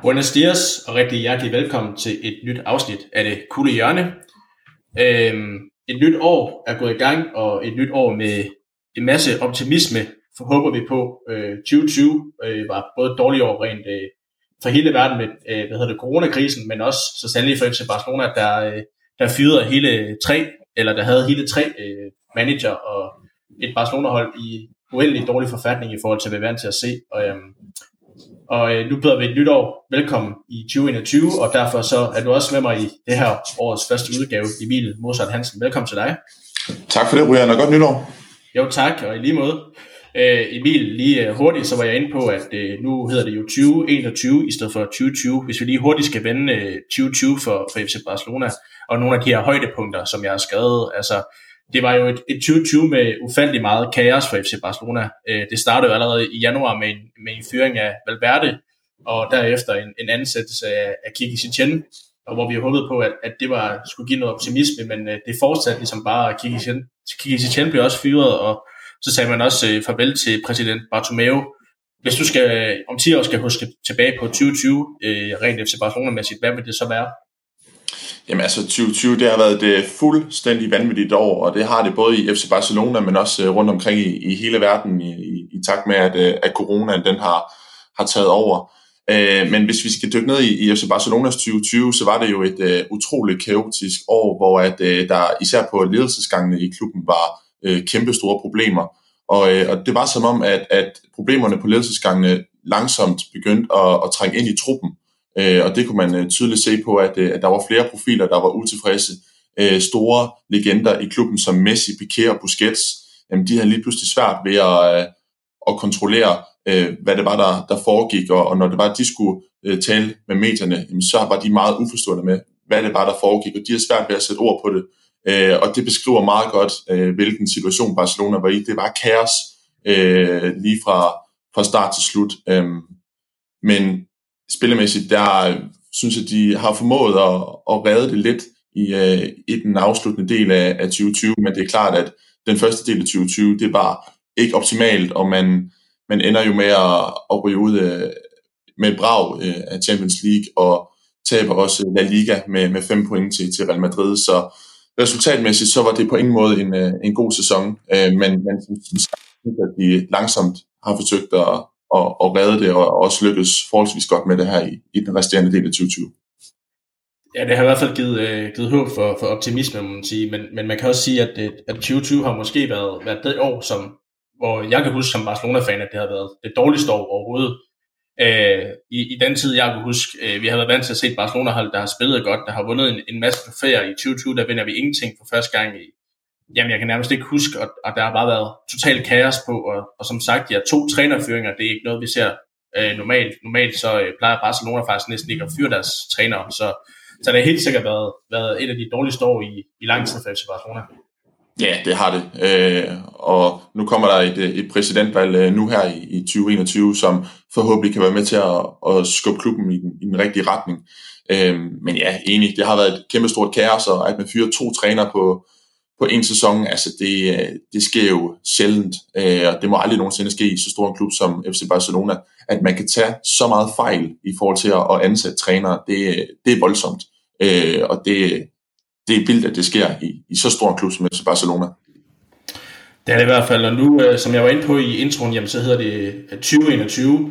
Buenos dias, og rigtig hjertelig velkommen til et nyt afsnit af Det Kulde Hjørne. Et nyt år er gået i gang, og et nyt år med en masse optimisme, forhåber vi på. 2020 var både et dårligt år rent for hele verden med coronakrisen, men også så sandelig for FC Barcelona, der fyrede der havde hele tre manager og et Barcelona-hold i uendelig dårlig forfatning i forhold til, hvad vi er vant til at se. Og nu byder vi et nyt år velkommen i 2021, og derfor så er du også med mig i det her årets første udgave, Emil Mozart Hansen. Velkommen til dig. Tak for det, Brian, og godt nytår. Jo, tak, og i lige måde. Emil, lige hurtigt, så var jeg inde på, at nu hedder det jo 2021 i stedet for 2020. Hvis vi lige hurtigt skal vende 2020 for FC Barcelona, og nogle af de her højdepunkter, som jeg har skrevet, altså det var jo et 2020 med ufattelig meget kaos for FC Barcelona. Det startede jo allerede i januar med en fyring af Valverde, og derefter en ansættelse af Quique Setién, og hvor vi håbede på, at det skulle give noget optimisme, men det fortsatte ligesom bare. Quique Setién blev også fyret, og så sagde man også farvel til præsident Bartomeu. Hvis du om 10 år skal huske tilbage på 2020, rent FC Barcelona-mæssigt, hvad vil det så være? Jamen altså 2020, det har været et fuldstændig vanvittigt år, og det har det både i FC Barcelona, men også rundt omkring i hele verden, i takt med, at coronaen den har taget over. Men hvis vi skal dykke ned i FC Barcelonas 2020, så var det jo et utroligt kaotisk år, hvor at der især på ledelsesgangene i klubben var kæmpe store problemer. Og det var som om, at problemerne på ledelsesgangene langsomt begyndte at trænge ind i truppen. Og det kunne man tydeligt se på, at der var flere profiler, der var utilfredse. Store legender i klubben som Messi, Piqué og Busquets, de havde lige pludselig svært ved at kontrollere, hvad det var, der foregik. Og når det var, at de skulle tale med medierne, så var de meget uforstående med, hvad det var, der foregik. Og de havde svært ved at sætte ord på det. Og det beskriver meget godt, hvilken situation Barcelona var i. Det var kaos lige fra start til slut. Men spillemæssigt, der synes jeg, de har formået at redde det lidt i den afsluttende del af 2020, men det er klart, at den første del af 2020, det var ikke optimalt, og man ender jo med at ryge ud med et brag af Champions League, og taber også La Liga med 5 point til Real Madrid, så resultatmæssigt, så var det på ingen måde en god sæson, men som sagt, at de langsomt har forsøgt at redde det, og også lykkes forholdsvis godt med det her i den resterende del af 2020. Ja, det har i hvert fald givet håb for optimisme, må man sige, men man kan også sige, at 2020 har måske været det år, hvor jeg kan huske som Barcelona-fan, at det har været det dårligste år overhovedet. I den tid, jeg kan huske, vi har været vant til at se et Barcelona-hold, der har spillet godt, der har vundet en masse trofæer. I 2020, der vinder vi ingenting for første gang jamen jeg kan nærmest ikke huske, og der har bare været totalt kaos på, og som sagt, ja, 2 trænerfyringer, det er ikke noget, vi ser normalt så plejer Barcelona faktisk næsten ikke at fyre deres trænere, så det har helt sikkert været et af de dårligste år i lang tid for FC Barcelona. Ja, det har det, og nu kommer der et præsidentvalg nu her i 2021, som forhåbentlig kan være med til at skubbe klubben i den rigtige retning. Men ja, enig, det har været et kæmpe stort kaos, og at man fyrer 2 trænere på en sæson, altså det sker jo sjældent, og det må aldrig nogensinde ske i så stor en klub som FC Barcelona, at man kan tage så meget fejl i forhold til at ansætte trænere, det er voldsomt, og det er vildt, at det sker i så stor en klub som FC Barcelona. Det er det i hvert fald, og nu, som jeg var inde på i introen, jamen, så hedder det 2021,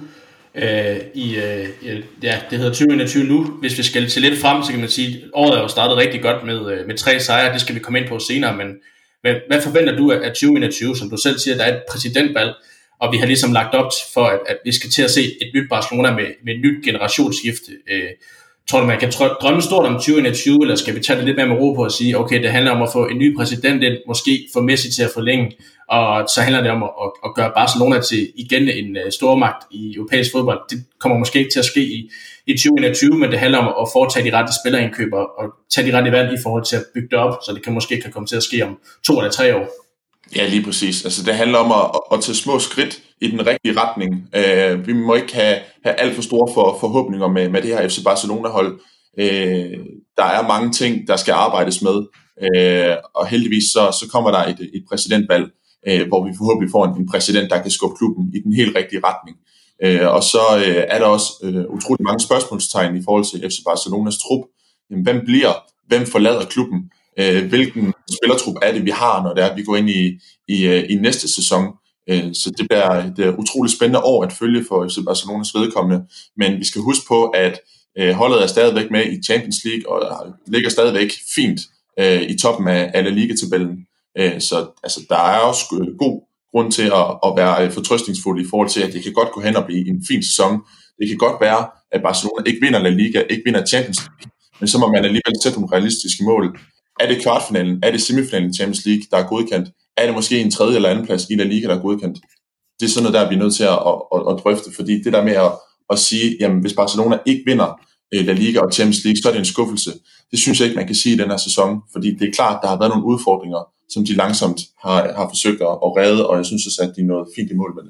det hedder 2021 nu. Hvis vi skal til lidt frem, så kan man sige, at året er jo startet rigtig godt med 3 sejre. Det skal vi komme ind på senere, men hvad forventer du af 2021, som du selv siger, der er et præsidentvalg, og vi har ligesom lagt op for, at vi skal til at se et nyt Barcelona med et nyt generationsskifte. Tror du, man kan drømme stort om 2021, eller skal vi tage det lidt mere med ro på at sige, okay, det handler om at få en ny præsident ind, måske få Messi til at forlænge, og så handler det om at gøre Barcelona til igen en stormagt i europæisk fodbold. Det kommer måske ikke til at ske i 2021, men det handler om at foretage de rette spillerindkøb og tage de rette valg i forhold til at bygge det op, så det måske kan komme til at ske om 2 eller 3 år. Ja, lige præcis. Altså, det handler om at tage små skridt i den rigtige retning. Vi må ikke have alt for store forhåbninger med det her FC Barcelona-hold. Der er mange ting, der skal arbejdes med, og heldigvis så kommer der et præsidentvalg, hvor vi forhåbentlig får en præsident, der kan skubbe klubben i den helt rigtige retning. Og så er der også utrolig mange spørgsmålstegn i forhold til FC Barcelonas trup. Jamen, hvem forlader klubben? Hvilken spillertrup er det, vi har, når det er, vi går ind i næste sæson? Så det bliver et utroligt spændende år at følge for FC Barcelonas vedkommende. Men vi skal huske på, at holdet er stadigvæk med i Champions League, og ligger stadigvæk fint i toppen af La Liga-tabellen. Så altså, der er også god grund til at være fortrøstningsfuld i forhold til, at det kan godt gå hen og blive en fin sæson. Det kan godt være, at Barcelona ikke vinder La Liga, ikke vinder Champions League, men så må man alligevel sætte nogle realistiske mål. Er det kvartfinalen? Er det semifinalen i Champions League, der er godkendt? Er det måske en tredje eller anden plads i La Liga, der er godkendt? Det er sådan noget, der vi er nødt til at drøfte, fordi det der med at sige, jamen hvis Barcelona ikke vinder La Liga og Champions League, så er det en skuffelse. Det synes jeg ikke, man kan sige i den her sæson, fordi det er klart, der har været nogle udfordringer, som de langsomt har forsøgt at redde, og jeg synes også, at de er nået fint i mål med det.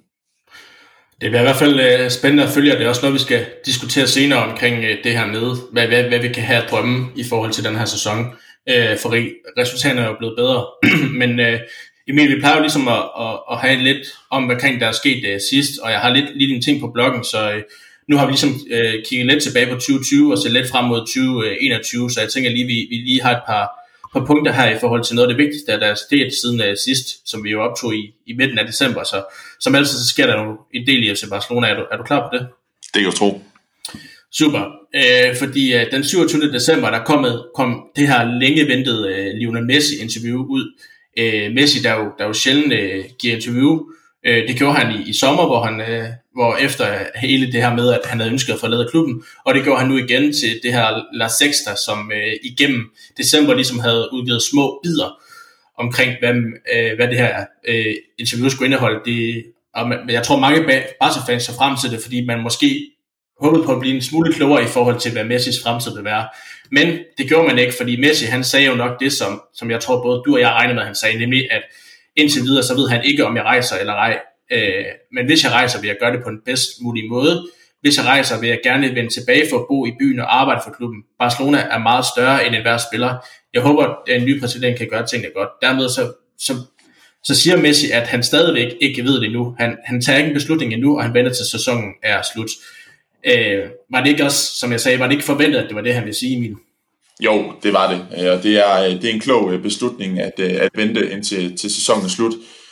Det bliver i hvert fald spændende at følge, og det er også noget, vi skal diskutere senere omkring det her med, hvad vi kan have at drømme i forhold til den her sæson. For resultaterne er jo blevet bedre. Men Emil, vi plejer jo ligesom at have lidt om, hvad der er sket sidst, og jeg har lidt en ting på bloggen, så nu har vi ligesom kigget lidt tilbage på 2020 og set lidt frem mod 2021, så jeg tænker lige, vi lige har et par punkter her i forhold til noget af det vigtigste, der er sket siden sidst, som vi jo optog i midten af december, så som altid så sker der jo en del i FC Barcelona. Er du klar på det? Det kan jeg tro. Super, fordi den 27. december, der kom det her længe ventede Lionel Messi-interview ud. Messi, der jo sjældent giver interview, det gjorde han i sommer, hvor efter hele det her med, at han havde ønsket at forlade klubben, og det gjorde han nu igen til det her La Sexta, som igennem december ligesom havde udgivet små bidder omkring, hvad det her interview skulle indeholde. Jeg tror mange Barca-fans så frem til det, fordi man måske håbede på at blive en smule klogere i forhold til, hvad Messis fremtid vil være. Men det gjorde man ikke, fordi Messi, han sagde jo nok det, som jeg tror både du og jeg regnede med, han sagde, nemlig at indtil videre, så ved han ikke, om jeg rejser eller ej. Men hvis jeg rejser, vil jeg gøre det på den bedst mulige måde. Hvis jeg rejser, vil jeg gerne vende tilbage for at bo i byen og arbejde for klubben. Barcelona er meget større end enhver spiller. Jeg håber, at en ny præsident kan gøre tingene godt. Dermed så siger Messi, at han stadigvæk ikke ved det endnu. Han tager ikke en beslutning endnu, og han venter til sæsonen er slut. Var det ikke også, som jeg sagde, var det ikke forventet, at det var det, han ville sige, Emil? Jo, det var det. Og det er en klog beslutning at vente indtil sæsonen er slut.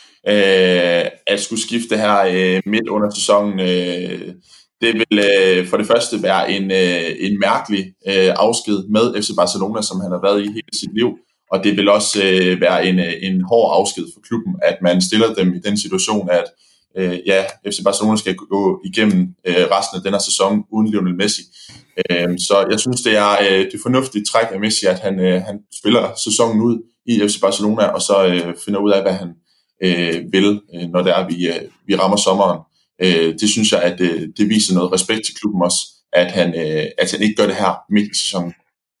At skulle skifte her midt under sæsonen, det vil for det første være en mærkelig afsked med FC Barcelona, som han har været i hele sit liv. Og det vil også være en hård afsked for klubben, at man stiller dem i den situation, at FC Barcelona skal gå igennem resten af den her sæson uden Lionel Messi. Så jeg synes, det er det fornuftige træk af Messi, at han spiller sæsonen ud i FC Barcelona, og så finder ud af, hvad han vil, når det er, vi rammer sommeren. Det synes jeg, at det viser noget respekt til klubben også, at han ikke gør det her midt i sæsonen.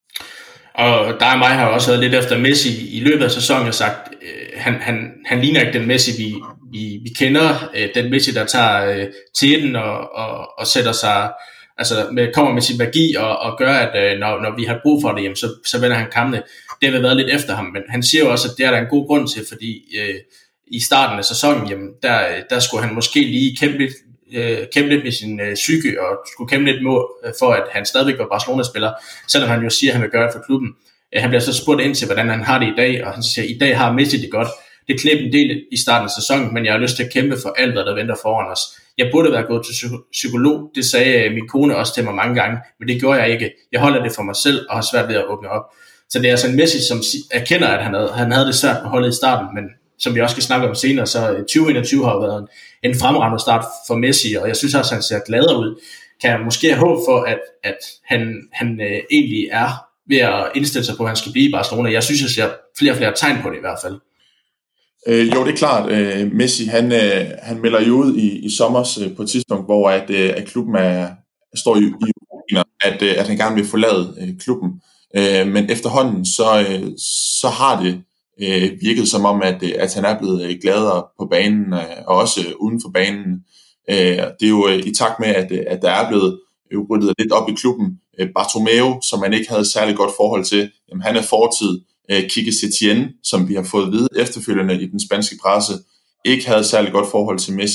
Og der og mig har også været lidt efter Messi i løbet af sæsonen og sagt, han ligner ikke den Messi, vi kender. Den Messi, der tager teten og sætter sig, altså kommer med sin magi og gør, at når vi har brug for det, jamen, så vender han kampene. Det har været lidt efter ham, men han siger jo også, at det er der en god grund til, fordi i starten af sæsonen, jamen, der skulle han måske lige kæmpe lidt med sin psyke og skulle kæmpe lidt for, at han stadigvæk var Barcelona-spiller, selvom han jo siger, at han vil gøre det for klubben. Han bliver så spurgt ind til, hvordan han har det i dag, og han siger, at i dag har Messi det godt. Det kneb en del i starten af sæsonen, men jeg har lyst til at kæmpe for alt, hvad der venter foran os. Jeg burde være gået til psykolog, det sagde min kone også til mig mange gange, men det gjorde jeg ikke. Jeg holder det for mig selv og har svært ved at åbne op. Så det er altså en Messi, som erkender, at han havde det svært på holdet i starten, men som vi også skal snakke om senere, så 2021 har jo været en fremragende start for Messi, og jeg synes også, at han ser gladere ud. Kan jeg måske have håb for, at han egentlig er ved at indstille sig på, at han skal blive i Barcelona? Jeg synes, jeg ser flere og flere tegn på det i hvert fald. Jo, det er klart. Messi, han melder jo ud i sommers på et tidspunkt, hvor at klubben står i at han gerne vil forlade klubben. Men efterhånden, så har det virket som om, at han er blevet gladere på banen, og også uden for banen. Det er jo i takt med, at der er blevet ryddet lidt op i klubben. Bartomeu, som man ikke havde særlig godt forhold til, jamen, han er fortid. Quique Setién, som vi har fået at vide efterfølgende i den spanske presse, ikke havde særlig godt forhold til Messi.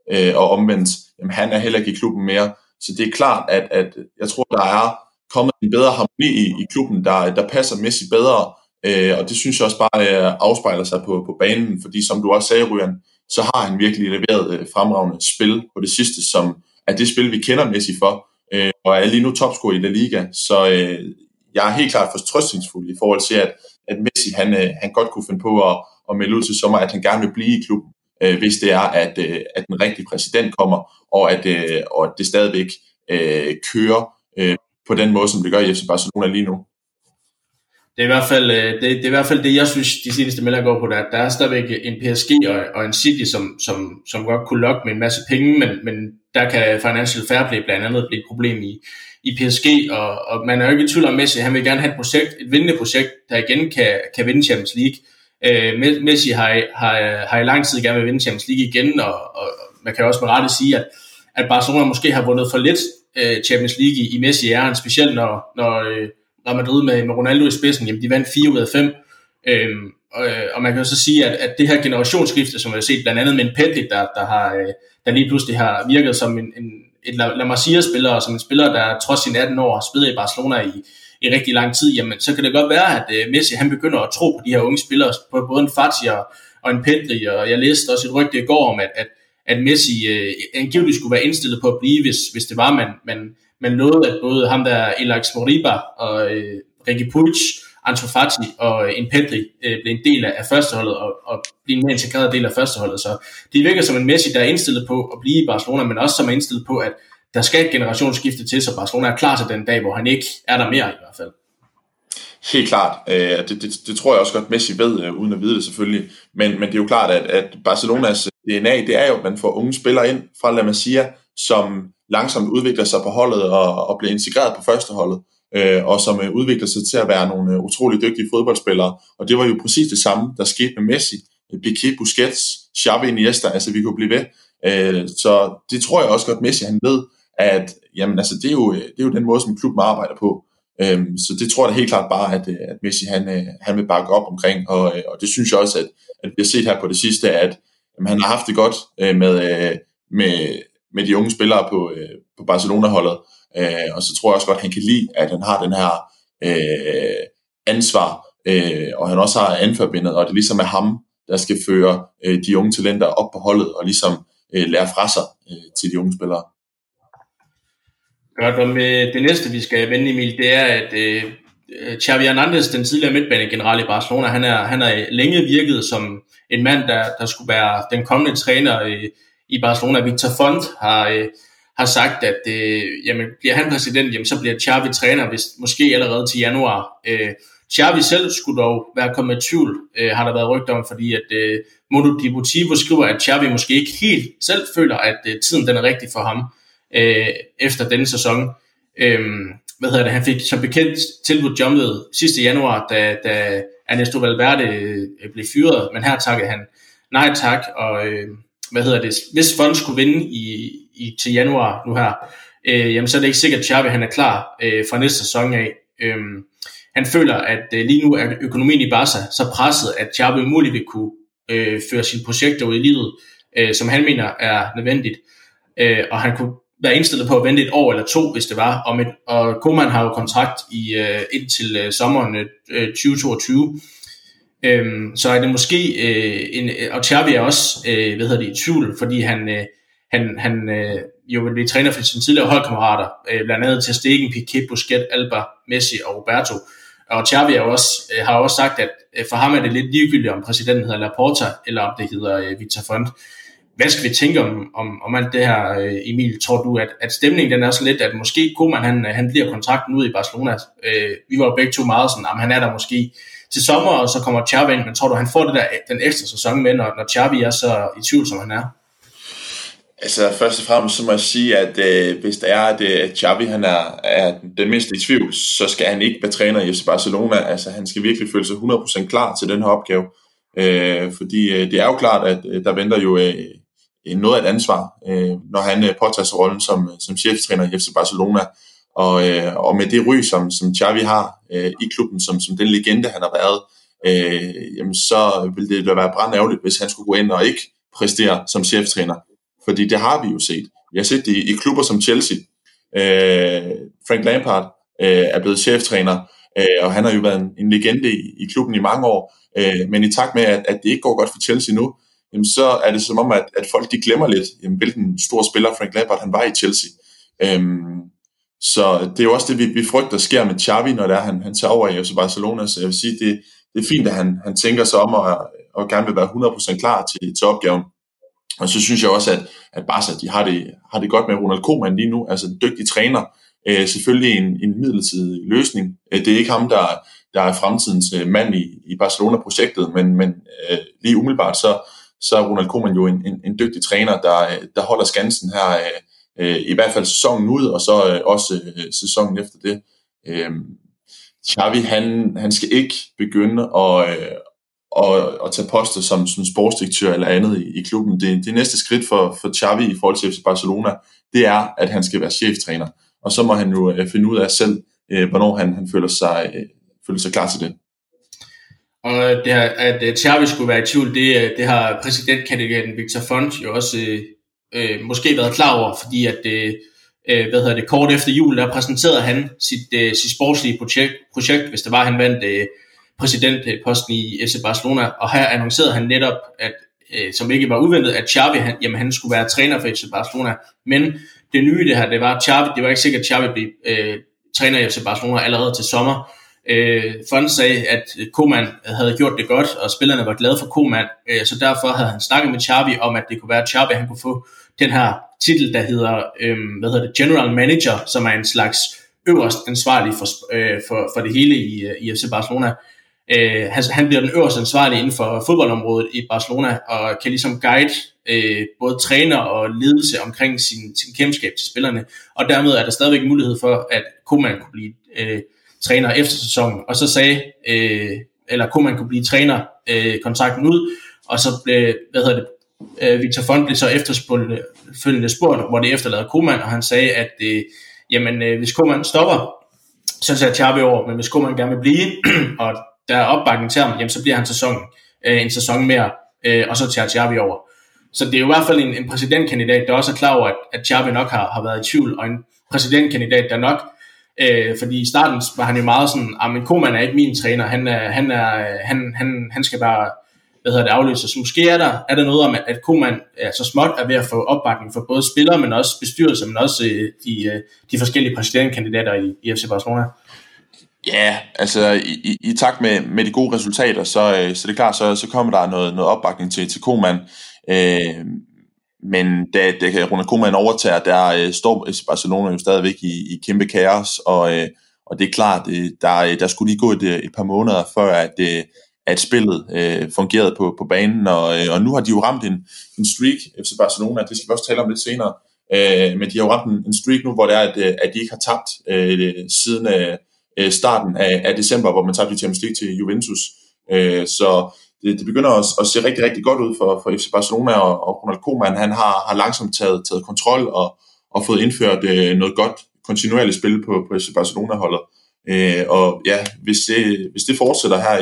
og omvendt, jamen han er heller ikke i klubben mere. Så det er klart, at jeg tror, der er kommet en bedre harmoni i klubben, der passer Messi bedre, og det synes jeg også bare afspejler sig på banen, fordi som du også sagde, Ryan, så har han virkelig leveret fremragende spil på det sidste, som er det spil, vi kender Messi for, og er lige nu topscorer i La Liga, så jeg er helt klart fortrøstningsfuld i forhold til, at Messi han godt kunne finde på at melde ud til sommer, at han gerne vil blive i klubben, hvis det er, at den rigtige præsident kommer, og at det stadigvæk kører på den måde, som det gør i FC Barcelona lige nu. Det er i hvert fald det, jeg synes, de seneste meldinger går på. Der er stadigvæk en PSG og en City, som godt kunne lokke med en masse penge, men der kan Financial Fair Play blandt andet blive et problem i PSG, og man er jo ikke i tvivl om Messi. Han vil gerne have et vindende projekt, der igen kan vinde Champions League. Messi har i lang tid gerne vil vinde Champions League igen, og man kan også med rette sige, at Barcelona måske har vundet for lidt Champions League i Messi-æren, specielt når Real Madrid med Ronaldo i spidsen, jamen de vandt 4 ud af 5. Og man kan jo så sige, at det her generationsskifte, som vi har set blandt andet med en Pedri, der lige pludselig har virket som en La Masia-spiller, og som en spiller, der trods sine 18 år har spillet i Barcelona i rigtig lang tid, jamen så kan det godt være, at Messi han begynder at tro på de her unge spillere, på både en Fati og en Pedri, og jeg læste også et rygte i går om, at Messi angiveligt skulle være indstillet på at blive, hvis det var, man nåede, at både ham der Alex Moriba og Riqui Puig, Ansu Fati og en Pedri blev en del af førsteholdet og blev en mere integreret del af førsteholdet. Så det virker som en Messi, der er indstillet på at blive i Barcelona, men også som er indstillet på, at der skal et generationsskifte til, så Barcelona er klar til den dag, hvor han ikke er der mere i hvert fald. Helt klart. Det tror jeg også godt, Messi ved, uden at vide det selvfølgelig. Men det er jo klart, at Barcelonas DNA, det er jo, at man får unge spillere ind fra La Masia, som langsomt udvikler sig på holdet og bliver integreret på førsteholdet, og som udvikler sig til at være nogle utrolig dygtige fodboldspillere. Og det var jo præcis det samme, der skete med Messi, Piqué, Busquets, Xavi, Iniesta, altså vi kunne blive ved. Så det tror jeg også godt, Messi han ved, at jamen, altså, det er jo den måde, som klubben arbejder på. Så det tror jeg helt klart bare, at Messi han vil bakke op omkring, og det synes jeg også, at vi har set her på det sidste, at han har haft det godt med de unge spillere på Barcelona-holdet, og så tror jeg også godt, at han kan lide, at han har den her ansvar, og han også har anførbindet, og det ligesom er ham, der skal føre de unge talenter op på holdet, og ligesom lære fra sig til de unge spillere. Godt, og med det næste, vi skal vende, Emil, det er, at Xavi Hernandez, den tidligere midtbanegeneral i Barcelona, han har længe virket som en mand, der skulle være den kommende træner i Barcelona. Victor Font har sagt, at jamen, bliver han præsident, jamen, så bliver Xavi træner, hvis måske allerede til januar. Xavi selv skulle dog være kommet i tvivl, har der været rygter om, fordi at Mundo Deportivo skriver, at Xavi måske ikke helt selv føler, at tiden den er rigtig for ham efter denne sæson. Han fik som bekendt tilbudt jobbet sidste januar, da Ernesto Valverde blev fyret, men her takkede han nej tak, og hvis Font skulle vinde til januar nu her, jamen så er det ikke sikkert, at Xavi han er klar fra næste sæson af. Han føler, at lige nu er økonomien i Barca så presset, at Xavi umuligt vil kunne føre sine projekter ud i livet, som han mener er nødvendigt, og han kunne være indstillet på at vente et år eller to, hvis det var. Og Koeman har jo kontrakt indtil sommeren 2022. Så er det måske og Xavi er også i tvivl, fordi han jo vil blive træner for sine tidligere holdkammerater, blandt andet Ter Stegen, Piqué, Busquets, Alba, Messi og Roberto. Og Xavi har også sagt, at for ham er det lidt ligegyldigt, om præsidenten hedder Laporta, eller om det hedder Victor Font. Hvad skal vi tænke om alt det her, Emil? Tror du, at stemningen den er så lidt, at måske Koeman han bliver kontrakten ud i Barcelona? Vi var jo begge to meget sådan, han er der måske til sommer, og så kommer Xavi ind, men tror du, han får den ekstra sæson med, når Xavi er så i tvivl, som han er? Altså først og fremmest så må jeg sige, at hvis det er, at Xavi han er den mindste i tvivl, så skal han ikke være træner i FC Barcelona. Altså han skal virkelig føle sig 100% klar til den her opgave. Fordi det er jo klart, at der venter jo noget af et ansvar, når han påtager sig rollen som cheftræner i FC Barcelona. Og med det ry, som Xavi har i klubben, som den legende han har været, jamen så vil det da være brandærgerligt, hvis han skulle gå ind og ikke præstere som cheftræner. Fordi det har vi jo set. Vi har set det i klubber som Chelsea. Frank Lampard er blevet cheftræner, og han har jo været en legende i klubben i mange år. Men i takt med, at det ikke går godt for Chelsea nu, jamen, så er det som om, at folk de glemmer lidt, jamen, hvilken stor spiller Frank Lampard han var i Chelsea. Så det er jo også det, vi frygter sker med Xavi, når det er, han tager over i FC Barcelona. Så jeg vil sige, det er fint, at han tænker sig om og gerne vil være 100% klar til opgaven. Og så synes jeg også, at Barca de har det godt med Ronald Koeman lige nu, altså en dygtig træner. Selvfølgelig en midlertidig løsning. Det er ikke ham, der er fremtidens mand i Barcelona-projektet, men lige umiddelbart så er Ronald Koeman jo en dygtig træner, der holder skansen her, i hvert fald sæsonen ud, og så også sæsonen efter det. Xavi, han skal ikke begynde at tage poster som sportsdirektør eller andet i klubben. Det næste skridt for Xavi i forhold til FC Barcelona, det er, at han skal være cheftræner. Og så må han jo finde ud af selv, hvornår han føler sig klar til det. Og det her, at Xavi skulle være i tvivl, det har præsidentkandidaten Victor Font jo også måske været klar over, fordi at kort efter jul, der præsenterede han sit sportslige projekt, hvis det var, han vandt præsidentposten i FC Barcelona, og her annoncerede han netop, at som ikke var uventet, at Xavi, han skulle være træner for FC Barcelona, men det nye det her, det var ikke sikkert, at Xavi blev træner i FC Barcelona allerede til sommer. Font sagde, at Koeman havde gjort det godt, og spillerne var glade for Koeman, så derfor havde han snakket med Xavi om, at det kunne være, at Xavi han kunne få den her titel, der hedder General Manager, som er en slags øverst ansvarlig for det hele i FC Barcelona. Han bliver den øverste ansvarlige inden for fodboldområdet i Barcelona, og kan ligesom guide både træner og ledelse omkring sin kendskab til spillerne, og dermed er der stadigvæk mulighed for, at Koeman kunne blive træner efter sæsonen, og så sagde, eller Koeman kunne blive træner kontrakten ud, og så blev, Victor Font blev så efterfølgende spurgt, hvor det efterlader Koeman, og han sagde, at hvis Koeman stopper, så tager Xavi over, men hvis Koeman gerne vil blive, og der er opbakning til ham, jamen, så bliver han en sæson mere, og så tager Xavi over. Så det er jo i hvert fald en præsidentkandidat, der også er klar over, at Xavi nok har været i tvivl, og en præsidentkandidat, der nok fordi i starten var han jo meget sådan, men Koeman er ikke min træner, han skal bare afløse. Så måske er der noget om, at Koeman så småt er ved at få opbakning for både spillere, men også bestyrelser, men også de forskellige præsidentkandidater i FC Barcelona. Ja, altså i takt med de gode resultater, så det er klart, så kommer der noget opbakning til Koeman. Men da Ronald Koeman overtager, der står Barcelona jo stadigvæk i kæmpe kaos, og det er klart, der skulle lige gå et par måneder, før at spillet fungerede på banen, og nu har de jo ramt en streak, FC Barcelona, det skal vi også tale om lidt senere, men de har jo ramt en streak nu, hvor det er, at de ikke har tabt siden starten af december, hvor man tabte i Champions League til Juventus, så det begynder at se rigtig, rigtig godt ud for FC Barcelona, og Ronald Koeman, han har langsomt taget kontrol og fået indført noget godt kontinuerligt spil på FC Barcelona-holdet. Og ja, hvis det fortsætter her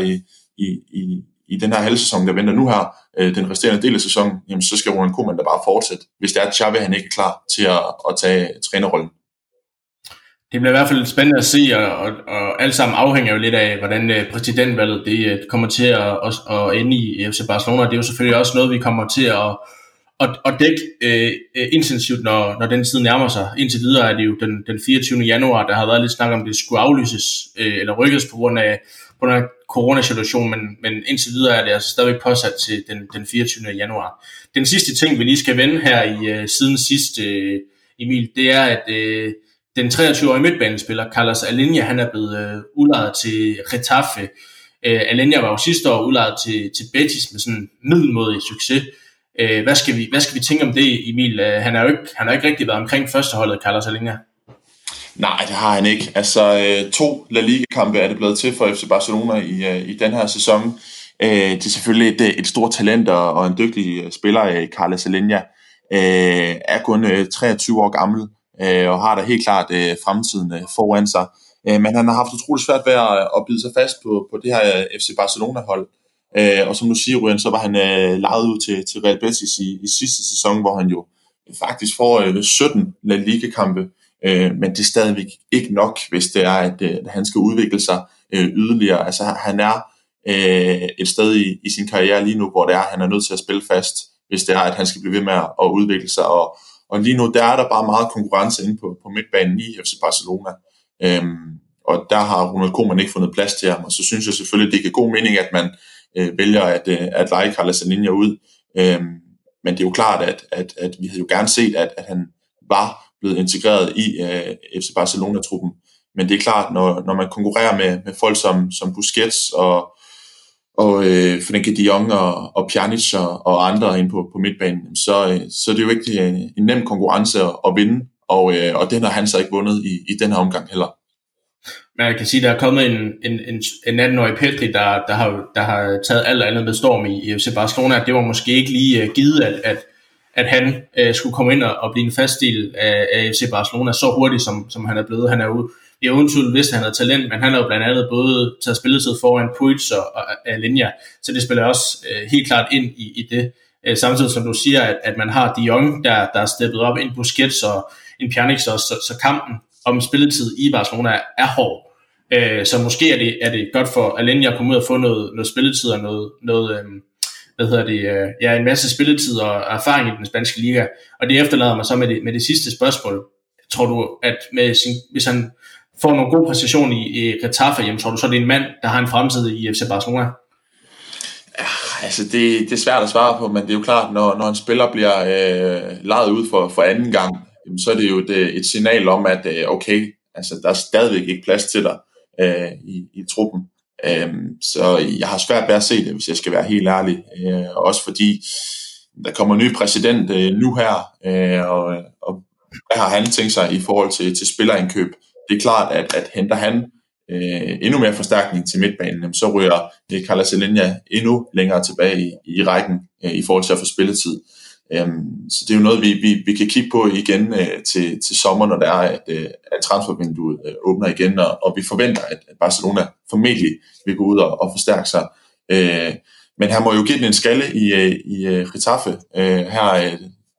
i den her halvsæson, der venter nu her, den resterende del af sæsonen, jamen, så skal Ronald Koeman da bare fortsætte, hvis det er, at Xavi han ikke er klar til at tage trænerrollen. Det bliver i hvert fald spændende at se, og alt sammen afhænger jo lidt af, hvordan præsidentvalget det kommer til at ende i FC Barcelona. Det er jo selvfølgelig også noget, vi kommer til at dække intensivt, når den tid nærmer sig. Indtil videre er det jo den 24. januar, der har været lidt snak om, det skulle aflyses eller rykkes på grund af coronasituationen, men indtil videre er det altså stadigvæk påsat til den 24. januar. Den sidste ting, vi lige skal vende her i siden sidst, Emil, det er, at den 23-årige midtbanespiller, Carlos Aleñá, han er blevet udlejet til Getafe. Aleñá var jo sidste år udlejet til Betis med sådan middelmådig succes. Hvad skal vi tænke om det, Emil? Han har ikke rigtig været omkring førsteholdet, Carlos Aleñá. Nej, det har han ikke. Altså 2 La Liga-kampe er det blevet til for FC Barcelona i den her sæson. Det er selvfølgelig et stort talent og en dygtig spiller, Carlos Aleñá. Er kun 23 år gammel og har da helt klart fremtiden foran sig. Men han har haft utroligt svært ved at bide sig fast på det her FC Barcelona-hold. Og som du siger, Ryan, så var han lejet ud til Real Betis i sidste sæson, hvor han jo faktisk får 17 La Liga-kampe, men det er stadigvæk ikke nok, hvis det er, at han skal udvikle sig yderligere. Altså han er et sted i sin karriere lige nu, hvor det er, han er nødt til at spille fast, hvis det er, at han skal blive ved med at udvikle sig. Og lige nu, der er der bare meget konkurrence inde på midtbanen i FC Barcelona. Og der har Ronald Koeman ikke fundet plads til ham, og så synes jeg selvfølgelig, det giver god mening, at man vælger at lege Carlos Alenia ud. Men det er jo klart, at vi havde jo gerne set, at han var blevet integreret i FC Barcelona-truppen. Men det er klart, når man konkurrerer med folk som Busquets og Frenkie de Jong og Pjanic og andre inde på midtbanen, så er det jo ikke en nem konkurrence at vinde, og den har han så ikke vundet i den her omgang heller. Men jeg kan sige, at der er kommet en 18-årig Pedri, der har taget alt andet med storm i FC Barcelona. Det var måske ikke lige givet, at han skulle komme ind og blive en fast del af FC Barcelona så hurtigt, som han er blevet. Han er jo uden tvivl vidst, at han havde talent, men han har jo blandt andet både taget spilletid foran Puig og Alenia, så det spiller også helt klart ind i det. Samtidig som du siger, at man har de Jong, der er steppet op, en Busquets og en Pjanic, så kampen om spilletid i Barcelona er hård. Så måske er det godt for Alenia at komme ud og få noget spilletid og en masse spilletid og erfaring i den spanske liga. Og det efterlader mig så med det sidste spørgsmål. Tror du, at hvis han får nogle gode præstationer i Getafe, jamen, tror du så, det er en mand, der har en fremtid i FC Barcelona? Ja, altså det er svært at svare på, men det er jo klart, når en spiller bliver lejet ud for anden gang, jamen, så er det jo et signal om, at okay, altså der er stadigvæk ikke plads til dig i truppen. Så jeg har svært ved at se det, hvis jeg skal være helt ærlig. Også fordi der kommer en ny præsident nu her, og hvad har han tænkt sig i forhold til spillerindkøb? Det er klart, at henter han endnu mere forstærkning til midtbanen, så ryger Carlos Alenia endnu længere tilbage i rækken i forhold til at få spilletid. Så det er jo noget, vi kan kigge på igen til sommer, når det er, at transfervinduet åbner igen, og vi forventer, at Barcelona formentlig vil gå ud og forstærke sig. Men han må jo give den en skalle i Getafe her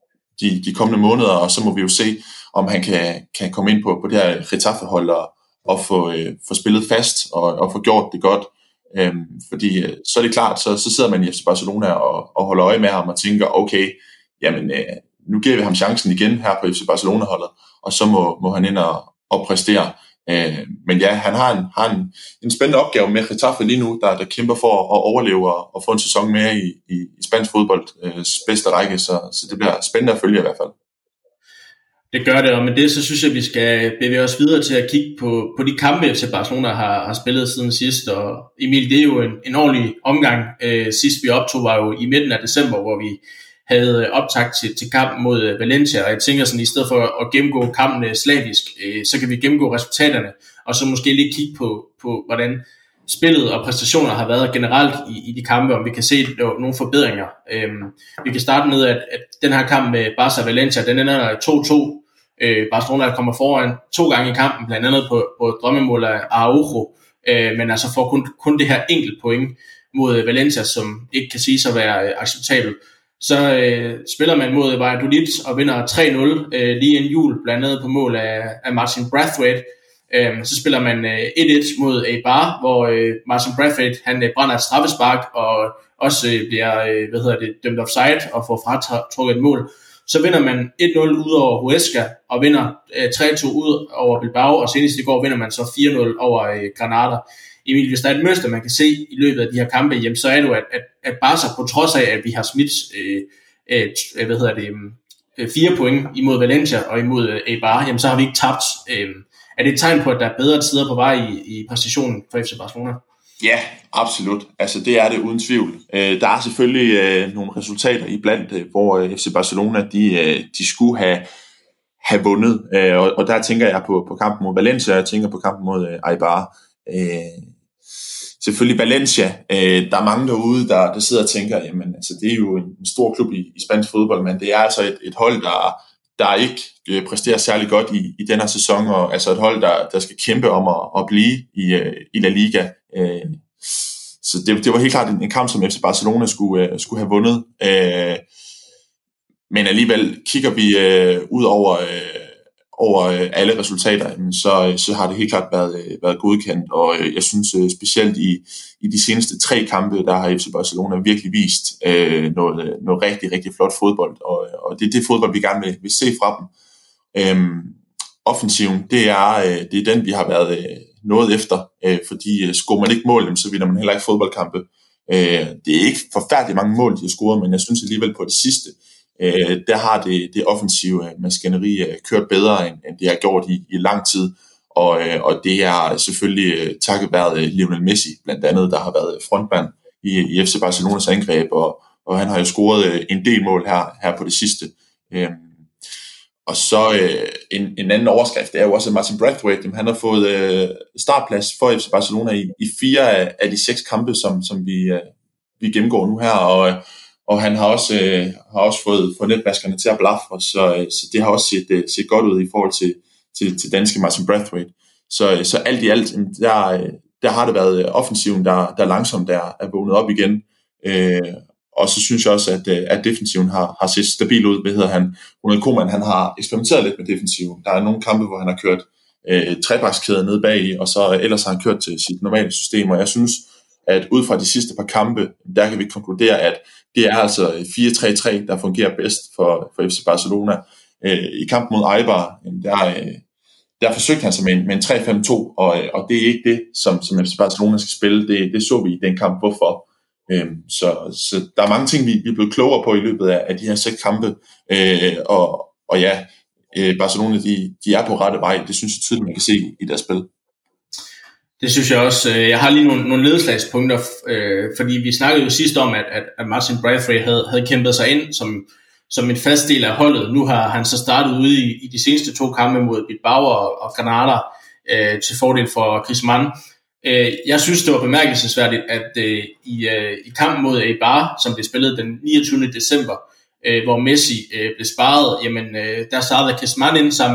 de kommende måneder, og så må vi jo se, om han kan komme ind på det her Getafe-hold og få spillet fast og få gjort det godt. Fordi så er det klart, så sidder man i FC Barcelona og holder øje med ham og tænker, okay, jamen nu giver vi ham chancen igen her på FC Barcelona-holdet, og så må han ind og præstere. Men ja, han har en spændende opgave med Getafe lige nu, der kæmper for at overleve og få en sæson mere i spansk fodbolds bedste række, så det bliver spændende at følge i hvert fald. Det gør det, og med det så synes jeg, vi skal bevæge os videre til at kigge på de kampe, FC Barcelona har spillet siden sidst. Og Emil, det er jo en ordentlig omgang. Sidst vi optog var jo i midten af december, hvor vi havde optakt til kampen mod Valencia, og jeg tænker sådan, i stedet for at gennemgå kampen slavisk, så kan vi gennemgå resultaterne, og så måske lige kigge på hvordan spillet og præstationer har været generelt i de kampe, om vi kan se nogle forbedringer. Vi kan starte med, at den her kamp med Barca og Valencia, den ender 2-2. Barcelona kommer foran 2 gange i kampen, blandt andet på drømmemål af Araujo, men altså får kun det her enkelt point mod Valencia, som ikke kan sige sig være acceptabelt. Så spiller man mod Valladolid og vinder 3-0 lige inden jul, blandt andet på mål af Martin Braithwaite. Så spiller man 1-1 mod Eibar, hvor Martin Braithwaite han brænder et straffespark og også bliver dømt offside og får fratrukket et mål. Så vinder man 1-0 ud over Huesca og vinder 3-2 ud over Bilbao, og senest i går vinder man så 4-0 over Granada. Emil, hvis der er et mønster, man kan se i løbet af de her kampe, jamen, så er det jo, at Barca, på trods af, at vi har smidt 4 point imod Valencia og imod Eibar, jamen, så har vi ikke tabt. Er det et tegn på, at der er bedre tider på vej i præstationen for FC Barcelona? Ja, absolut. Altså det er det uden tvivl. Der er selvfølgelig nogle resultater iblandt, hvor FC Barcelona de skulle have vundet. Og der tænker jeg på kampen mod Valencia, jeg tænker på kampen mod Eibar. Selvfølgelig Valencia. Der er mange derude, der sidder og tænker, jamen altså det er jo en stor klub i spansk fodbold, men det er altså et hold, der ikke præsterer særlig godt i den her sæson, og altså et hold, der skal kæmpe om at blive i La Liga. Så det var helt klart en kamp, som FC Barcelona skulle have vundet. Men alligevel kigger vi ud over alle resultater, så har det helt klart været godkendt, og jeg synes specielt i de seneste 3 kampe, der har FC Barcelona virkelig vist noget rigtig, rigtig flot fodbold, og det er det fodbold, vi gerne vil se fra dem. Offensiven, det er den, vi har været noget efter, fordi scorer man ikke mål, så vinder man heller ikke fodboldkampe. Det er ikke forfærdeligt mange mål, de har scoret, men jeg synes alligevel på det sidste, der har det offensive maskineri kørt bedre, end det har gjort i lang tid, og det er selvfølgelig takket være Lionel Messi, blandt andet, der har været frontmand i FC Barcelonas angreb, og han har jo scoret en del mål her på det sidste. Og så en anden overskrift, det er jo også Martin Braithwaite. Han har fået startplads for FC Barcelona i 4 af de 6 kampe, som vi gennemgår nu her, og han har også fået netmaskerne til at blafre, så det har også set godt ud i forhold til danske Martin Braithwaite. Så alt i alt, der har det været offensiven, der langsomt er vågnet op igen. Og så synes jeg også, at defensiven har set stabil ud. Ronald Koeman, han har eksperimenteret lidt med defensiven. Der er nogle kampe, hvor han har kørt trebakskæder nede bag i, og så ellers har han kørt til sit normale system. Og jeg synes, at ud fra de sidste par kampe, der kan vi konkludere, at det er altså 4-3-3, der fungerer bedst for FC Barcelona. I kampen mod Eibar, der forsøgte han sig med en 3-5-2, og det er ikke det, som FC Barcelona skal spille. Det så vi i den kamp, hvorfor. Så der er mange ting, vi er blevet klogere på i løbet af de her 6 kampe, og ja, Barcelona, de er på rette vej. Det synes jeg tydeligt, man kan se i deres spil. Det synes jeg også. Jeg har lige nogle nedslagspunkter, fordi vi snakkede jo sidst om, at Martin Braithwaite havde kæmpet sig ind som en fast del af holdet. Nu har han så startet ude i de seneste 2 kampe mod Bilbao og Granada til fordel for Griezmann. Jeg synes, det var bemærkelsesværdigt, at i kampen mod Eibar, som blev spillet den 29. december, hvor Messi blev sparet, jamen der startede Griezmann ind sammen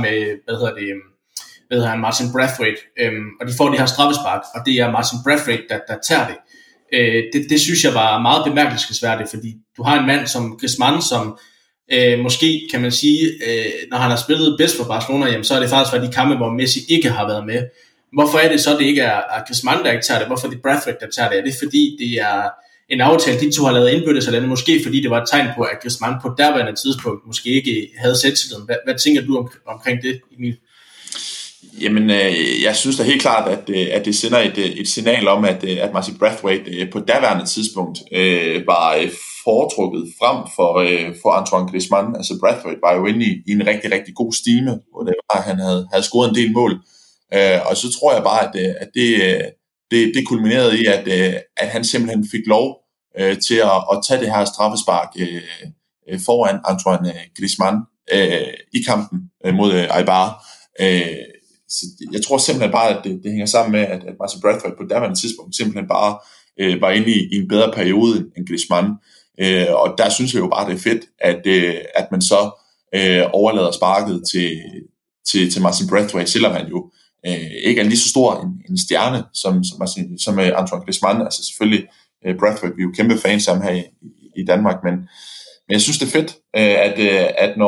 med Martin Braithwaite, og de får det her straffespark, og det er Martin Braithwaite, der tager det. Det synes jeg var meget bemærkelsesværdigt, fordi du har en mand som Griezmann, som måske kan man sige, når han har spillet bedst for Barcelona, jamen, så har det faktisk været de kampe, hvor Messi ikke har været med. Hvorfor er det så, det ikke er Griezmann, der ikke tager det? Hvorfor er det Braithwaite, der tager det? Er det fordi, det er en aftale, de to har lavet indbyrdes, eller måske fordi det var et tegn på, at Griezmann på derværende tidspunkt måske ikke havde selvtilliden? Hvad tænker du omkring det, Emil? Jamen, jeg synes da helt klart, at det sender et signal om, at Martin Braithwaite på derværende tidspunkt var foretrukket frem for Antoine Griezmann. Altså Braithwaite var jo inde i en rigtig, rigtig god stime, hvor det var, han havde scoret en del mål. Og så tror jeg bare, at det kulminerede i, at han simpelthen fik lov til at tage det her straffespark foran Antoine Griezmann i kampen mod Eibar. Så jeg tror simpelthen bare, at det hænger sammen med, at Martin Braithwaite på daværende tidspunkt simpelthen bare var inde i en bedre periode end Griezmann. Og der synes jeg jo bare, det er fedt, at man så overlader sparket til Martin Braithwaite, selvom han jo ikke er lige så stor en stjerne som Antoine Griezmann. Altså selvfølgelig, Braithwaite, vi er jo kæmpe fans af ham her i Danmark, men jeg synes, det er fedt, at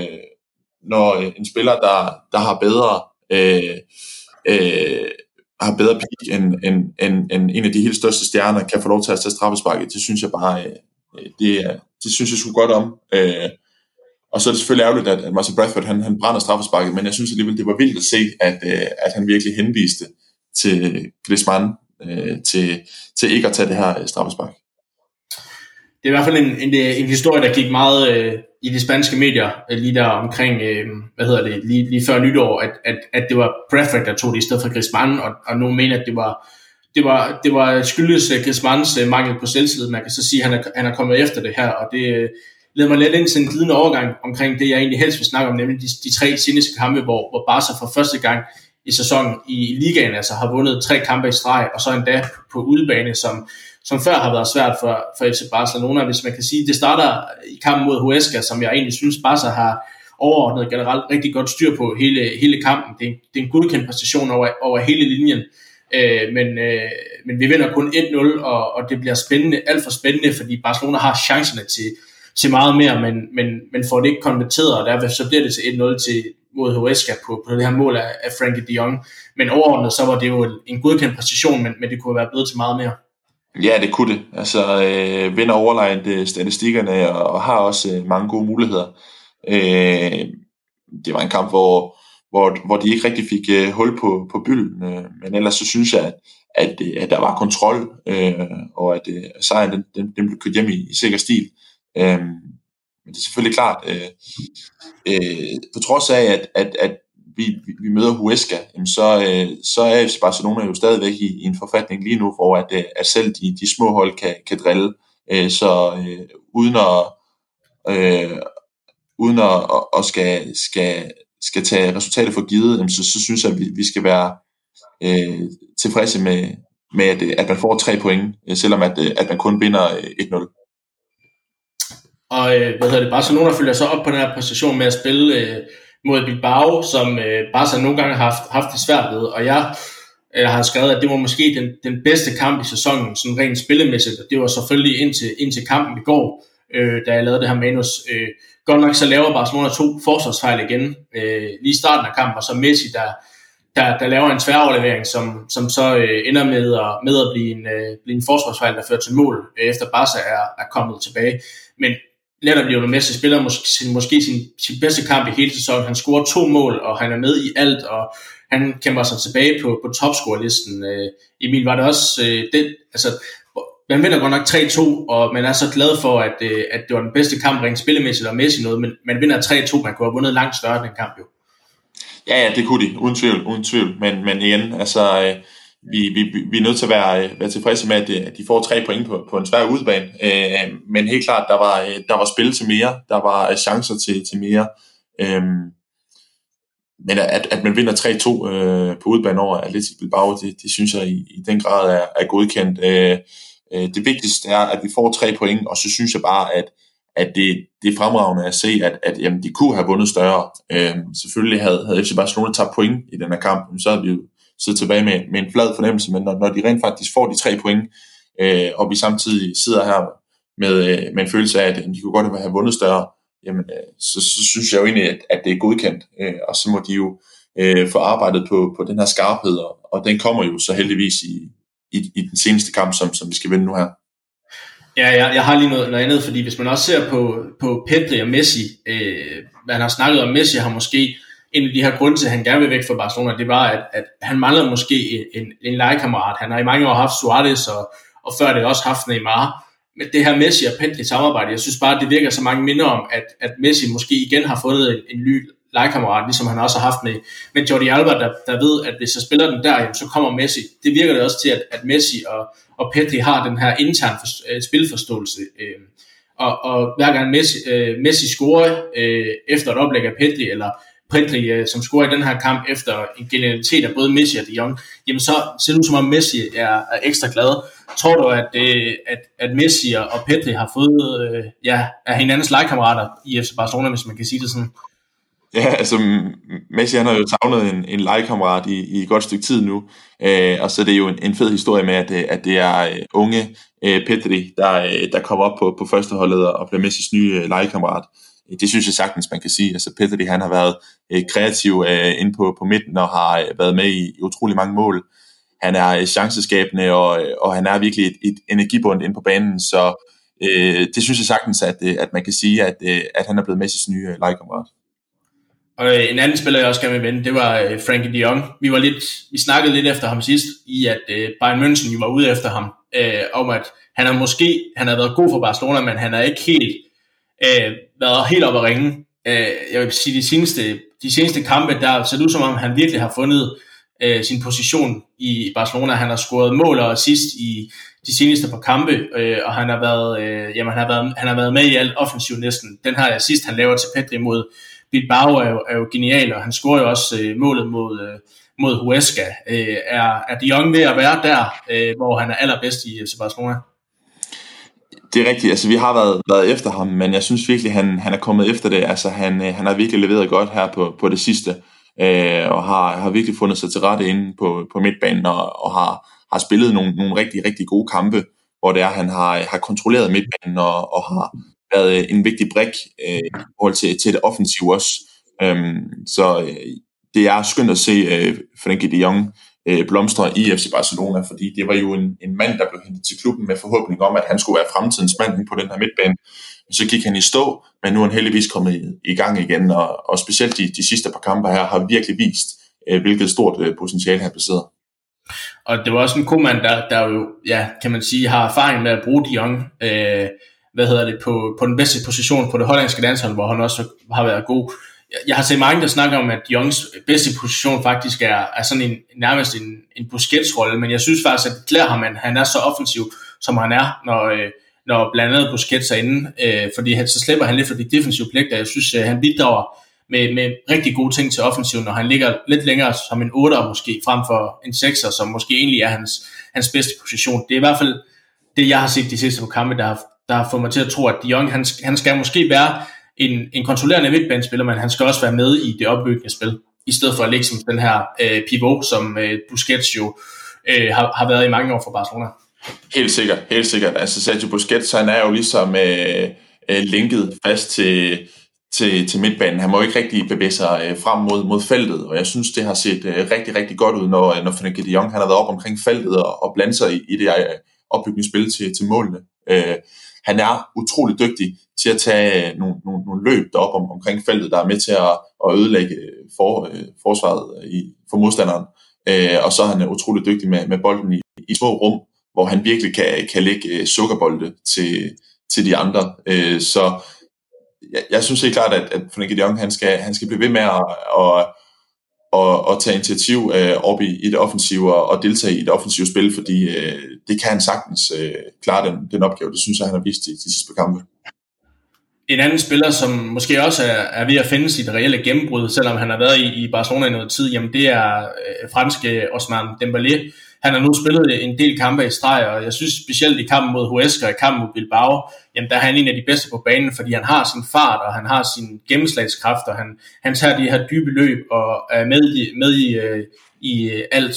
når en spiller, der har bedre peak end en af de helt største stjerner, kan få lov til at tage straffesparket. Det synes jeg bare, det synes jeg sgu godt om. Og så er det selvfølgelig ærgerligt, at Martin Braithwaite, han brænder straffesparket, men jeg synes alligevel, det var vildt at se, at han virkelig henviste til Griezmann til ikke at tage det her straffespark. Det er i hvert fald en historie, der gik meget i de spanske medier, lige der omkring, lige før nytår, at det var Braithwaite, der tog det i stedet for Griezmann, og nogen mener, at det var skyldes Griezmanns mangel på selvtillid. Man kan så sige, at han er kommet efter det her, og det leder mig lidt ind til en glidende overgang omkring det, jeg egentlig helst vil snakke om, nemlig de 3 seneste kampe, hvor Barca for første gang i sæsonen i ligaen altså har vundet 3 kampe i streg, og så endda på udebane, som før har været svært for FC Barcelona, hvis man kan sige. Det starter i kampen mod Huesca, som jeg egentlig synes Barca har overordnet generelt rigtig godt styr på hele kampen. Det er en godkendt præstation over hele linjen, men vi vinder kun 1-0, og det bliver spændende, alt for spændende, fordi Barcelona har chancerne til meget mere, men får det ikke konverteret, og derfor så bliver det til 1-0 mod Huesca på det her mål af Frankie de Jong. Men overordnet, så var det jo en godkendt præcision, men det kunne være blevet til meget mere. Ja, det kunne det. Altså, vinder overlegnet statistikkerne og har også mange gode muligheder. Det var en kamp, hvor de ikke rigtig fik hul på bylden, men ellers så synes jeg, at der var kontrol, og at sejren den blev kørt hjem i sikker stil. Men det er selvfølgelig klart, på trods af, at vi møder Huesca, så er FC Barcelona jo stadigvæk i en forfatning lige nu, hvor at selv de små hold kan drille. Så uden at skal tage resultater for givet, så synes jeg, at vi skal være tilfredse med at man får 3 point, selvom at man kun vinder 1-0. Og Barcelona følger så op på den her præstation med at spille mod Bilbao, som Barca nogle gange har haft det svært ved, og jeg har skrevet, at det var måske den bedste kamp i sæsonen, sådan rent spillemæssigt, og det var selvfølgelig indtil kampen i går, da jeg lavede det her manus. Godt nok så laver Barcelona 2 forsvarsfejl igen, lige i starten af kampen, og så Messi, der laver en tværaflevering, som så ender med at blive en forsvarsfejl, der fører til mål, efter Barca er kommet tilbage. Men netop Lionel Messi spiller måske sin bedste kamp i hele sæsonen. Han scorer 2 mål, og han er med i alt, og han kæmper sig tilbage på topscorerlisten. Emil, var det også man vinder godt nok 3-2, og man er så glad for, at det var den bedste kamp rent spillemæssigt og Messi noget, men man vinder 3-2, man kunne have vundet langt større den kamp jo. Ja, det kunne de, uden tvivl. Men igen, altså, vi er nødt til at være tilfredse med, at de får 3 point på en svær udebane. Men helt klart, der var spil til mere, der var chancer til mere. Men at man vinder 3-2 på udebane over Athletic Bilbao, det synes jeg i den grad er godkendt. Det vigtigste er, at vi får 3 point, og så synes jeg bare, at det er fremragende at se, at jamen, de kunne have vundet større. Selvfølgelig havde FC Barcelona tabt point i den her kamp, så havde vi jo siddet tilbage med en flad fornemmelse, men når de rent faktisk får de 3 point, og vi samtidig sidder her med en følelse af, at de kunne godt have vundet større, jamen, så synes jeg jo egentlig, at det er godkendt, og så må de jo få arbejdet på den her skarphed, og den kommer jo så heldigvis i den seneste kamp, som vi skal vinde nu her. Ja, jeg har lige noget andet, fordi hvis man også ser på Pedri og Messi, man har snakket om Messi, har måske en af de her grunde til, at han gerne vil væk fra Barcelona, det var, at han mangler måske en legekammerat. Han har i mange år haft Suarez, og før det også haft Neymar. Men det her Messi og Pedri samarbejde, jeg synes bare, det virker så mange minder om, at Messi måske igen har fundet en ny legekammerat, ligesom han også har haft med Jordi Alba, der ved, at hvis jeg spiller den der, så kommer Messi. Det virker det også til, at Messi og Pedri har den her interne spilforståelse. Og hver gang Messi scorer efter et oplæg af Pedri, eller Pedri, som scorer i den her kamp efter en genialitet af både Messi og de Jong, jamen så ser det ud som om Messi er ekstra glad. Tror du, at Messi og Pedri har fået af hinandens legekammerater i FC Barcelona, hvis man kan sige det sådan? Ja, altså Messi han har jo savnet en legekammerat i et godt stykke tid nu, og så er det jo en fed historie med, at det er unge Pedri, der kommer op på førsteholdet og bliver Messis nye legekammerat. Det synes jeg sagtens, man kan sige. Altså Pedri, han har været kreativ inde på midten og har været med i utrolig mange mål. Han er chanceskabende, og han er virkelig et energibund inde på banen, så det synes jeg sagtens, at man kan sige, at han er blevet Messis nye legekammerat. Og en anden spiller, jeg også gerne vil vende, det var Frankie de Jong. Vi snakkede lidt efter ham sidst, i at Bayern München jo var ude efter ham, om at han har været god for Barcelona, men han har ikke helt været helt oppe at ringe. Jeg vil sige, de seneste kampe, der ser det ud som om, han virkelig har fundet sin position i Barcelona. Han har scoret mål og assist i de seneste par kampe, og han har været med i alt offensivt næsten. Den her assist, han laver til Pedri mod Bilbao er jo genial, og han scorer jo også målet mod Huesca. Er de Jong ved at være der, hvor han er allerbedst i Barcelona? Det er rigtigt, altså vi har været efter ham, men jeg synes virkelig, han er kommet efter det. Altså han har virkelig leveret godt her på det sidste, og har virkelig fundet sig til rette inde på midtbanen, og har spillet nogle rigtig, rigtig gode kampe, hvor det er, han har kontrolleret midtbanen, og har været en vigtig brik i forhold til det offensive også. Så det er skønt at se Frenkie de Jong blomstre i FC Barcelona, fordi det var jo en mand, der blev hentet til klubben med forhåbning om, at han skulle være fremtidens mand på den her midtbane. Så gik han i stå, men nu er han heldigvis kommet i gang igen, og specielt de sidste par kampe her har virkelig vist, hvilket stort potentiale han besidder. Og det var også en Koeman, der jo, ja, kan man sige, har erfaring med at bruge de Jong, på den bedste position på det hollandske landshold, hvor han også har været god. Jeg har set mange, der snakker om, at de Jongs bedste position faktisk er sådan nærmest en Busquets-rolle, men jeg synes faktisk, at det klæder ham, at han er så offensiv, som han er, når blandt andet Busquets er inde, fordi så slipper han lidt for de defensive pligter. Jeg synes, han bidrager med rigtig gode ting til offensiven, når han ligger lidt længere som en 8'er måske, frem for en 6'er, som måske egentlig er hans bedste position. Det er i hvert fald det, jeg har set de sidste på kampe, der har fået mig til at tro, at de Jong, han skal måske være en kontrollerende midtbanespiller, men han skal også være med i det opbyggende spil, i stedet for at ligge som den her pivot, som Busquets jo har været i mange år for Barcelona. Helt sikkert. Altså Sergio Busquets, han er jo ligesom linket fast til midtbanen. Han må jo ikke rigtig bevæge sig frem mod feltet, og jeg synes, det har set rigtig, rigtig godt ud, når Frenkie de Jong han har været op omkring feltet og blandet sig i det opbyggende spil til målene. Han er utrolig dygtig til at tage nogle løb derop omkring feltet, der er med til at ødelægge forsvaret for modstanderen. Og så er han utrolig dygtig med bolden i små rum, hvor han virkelig kan lægge sukkerbolde til de andre. Så jeg synes helt klart, at Frenkie de Jong han skal blive ved med at tage initiativ op i det offensive og deltage i det offensive spil, fordi det kan han sagtens klare den opgave. Det synes jeg, han har vist de sidste kampe. En anden spiller, som måske også er ved at finde sit reelle gennembrud, selvom han har været i Barcelona i noget tid, jamen det er franske Ousmane Dembélé. Han har nu spillet en del kampe i streg, og jeg synes specielt i kampen mod Huesca og i kampen mod Bilbao, jamen der er han en af de bedste på banen, fordi han har sin fart, og han har sin gennemslagskraft, og han tager de her dybe løb og er med i alt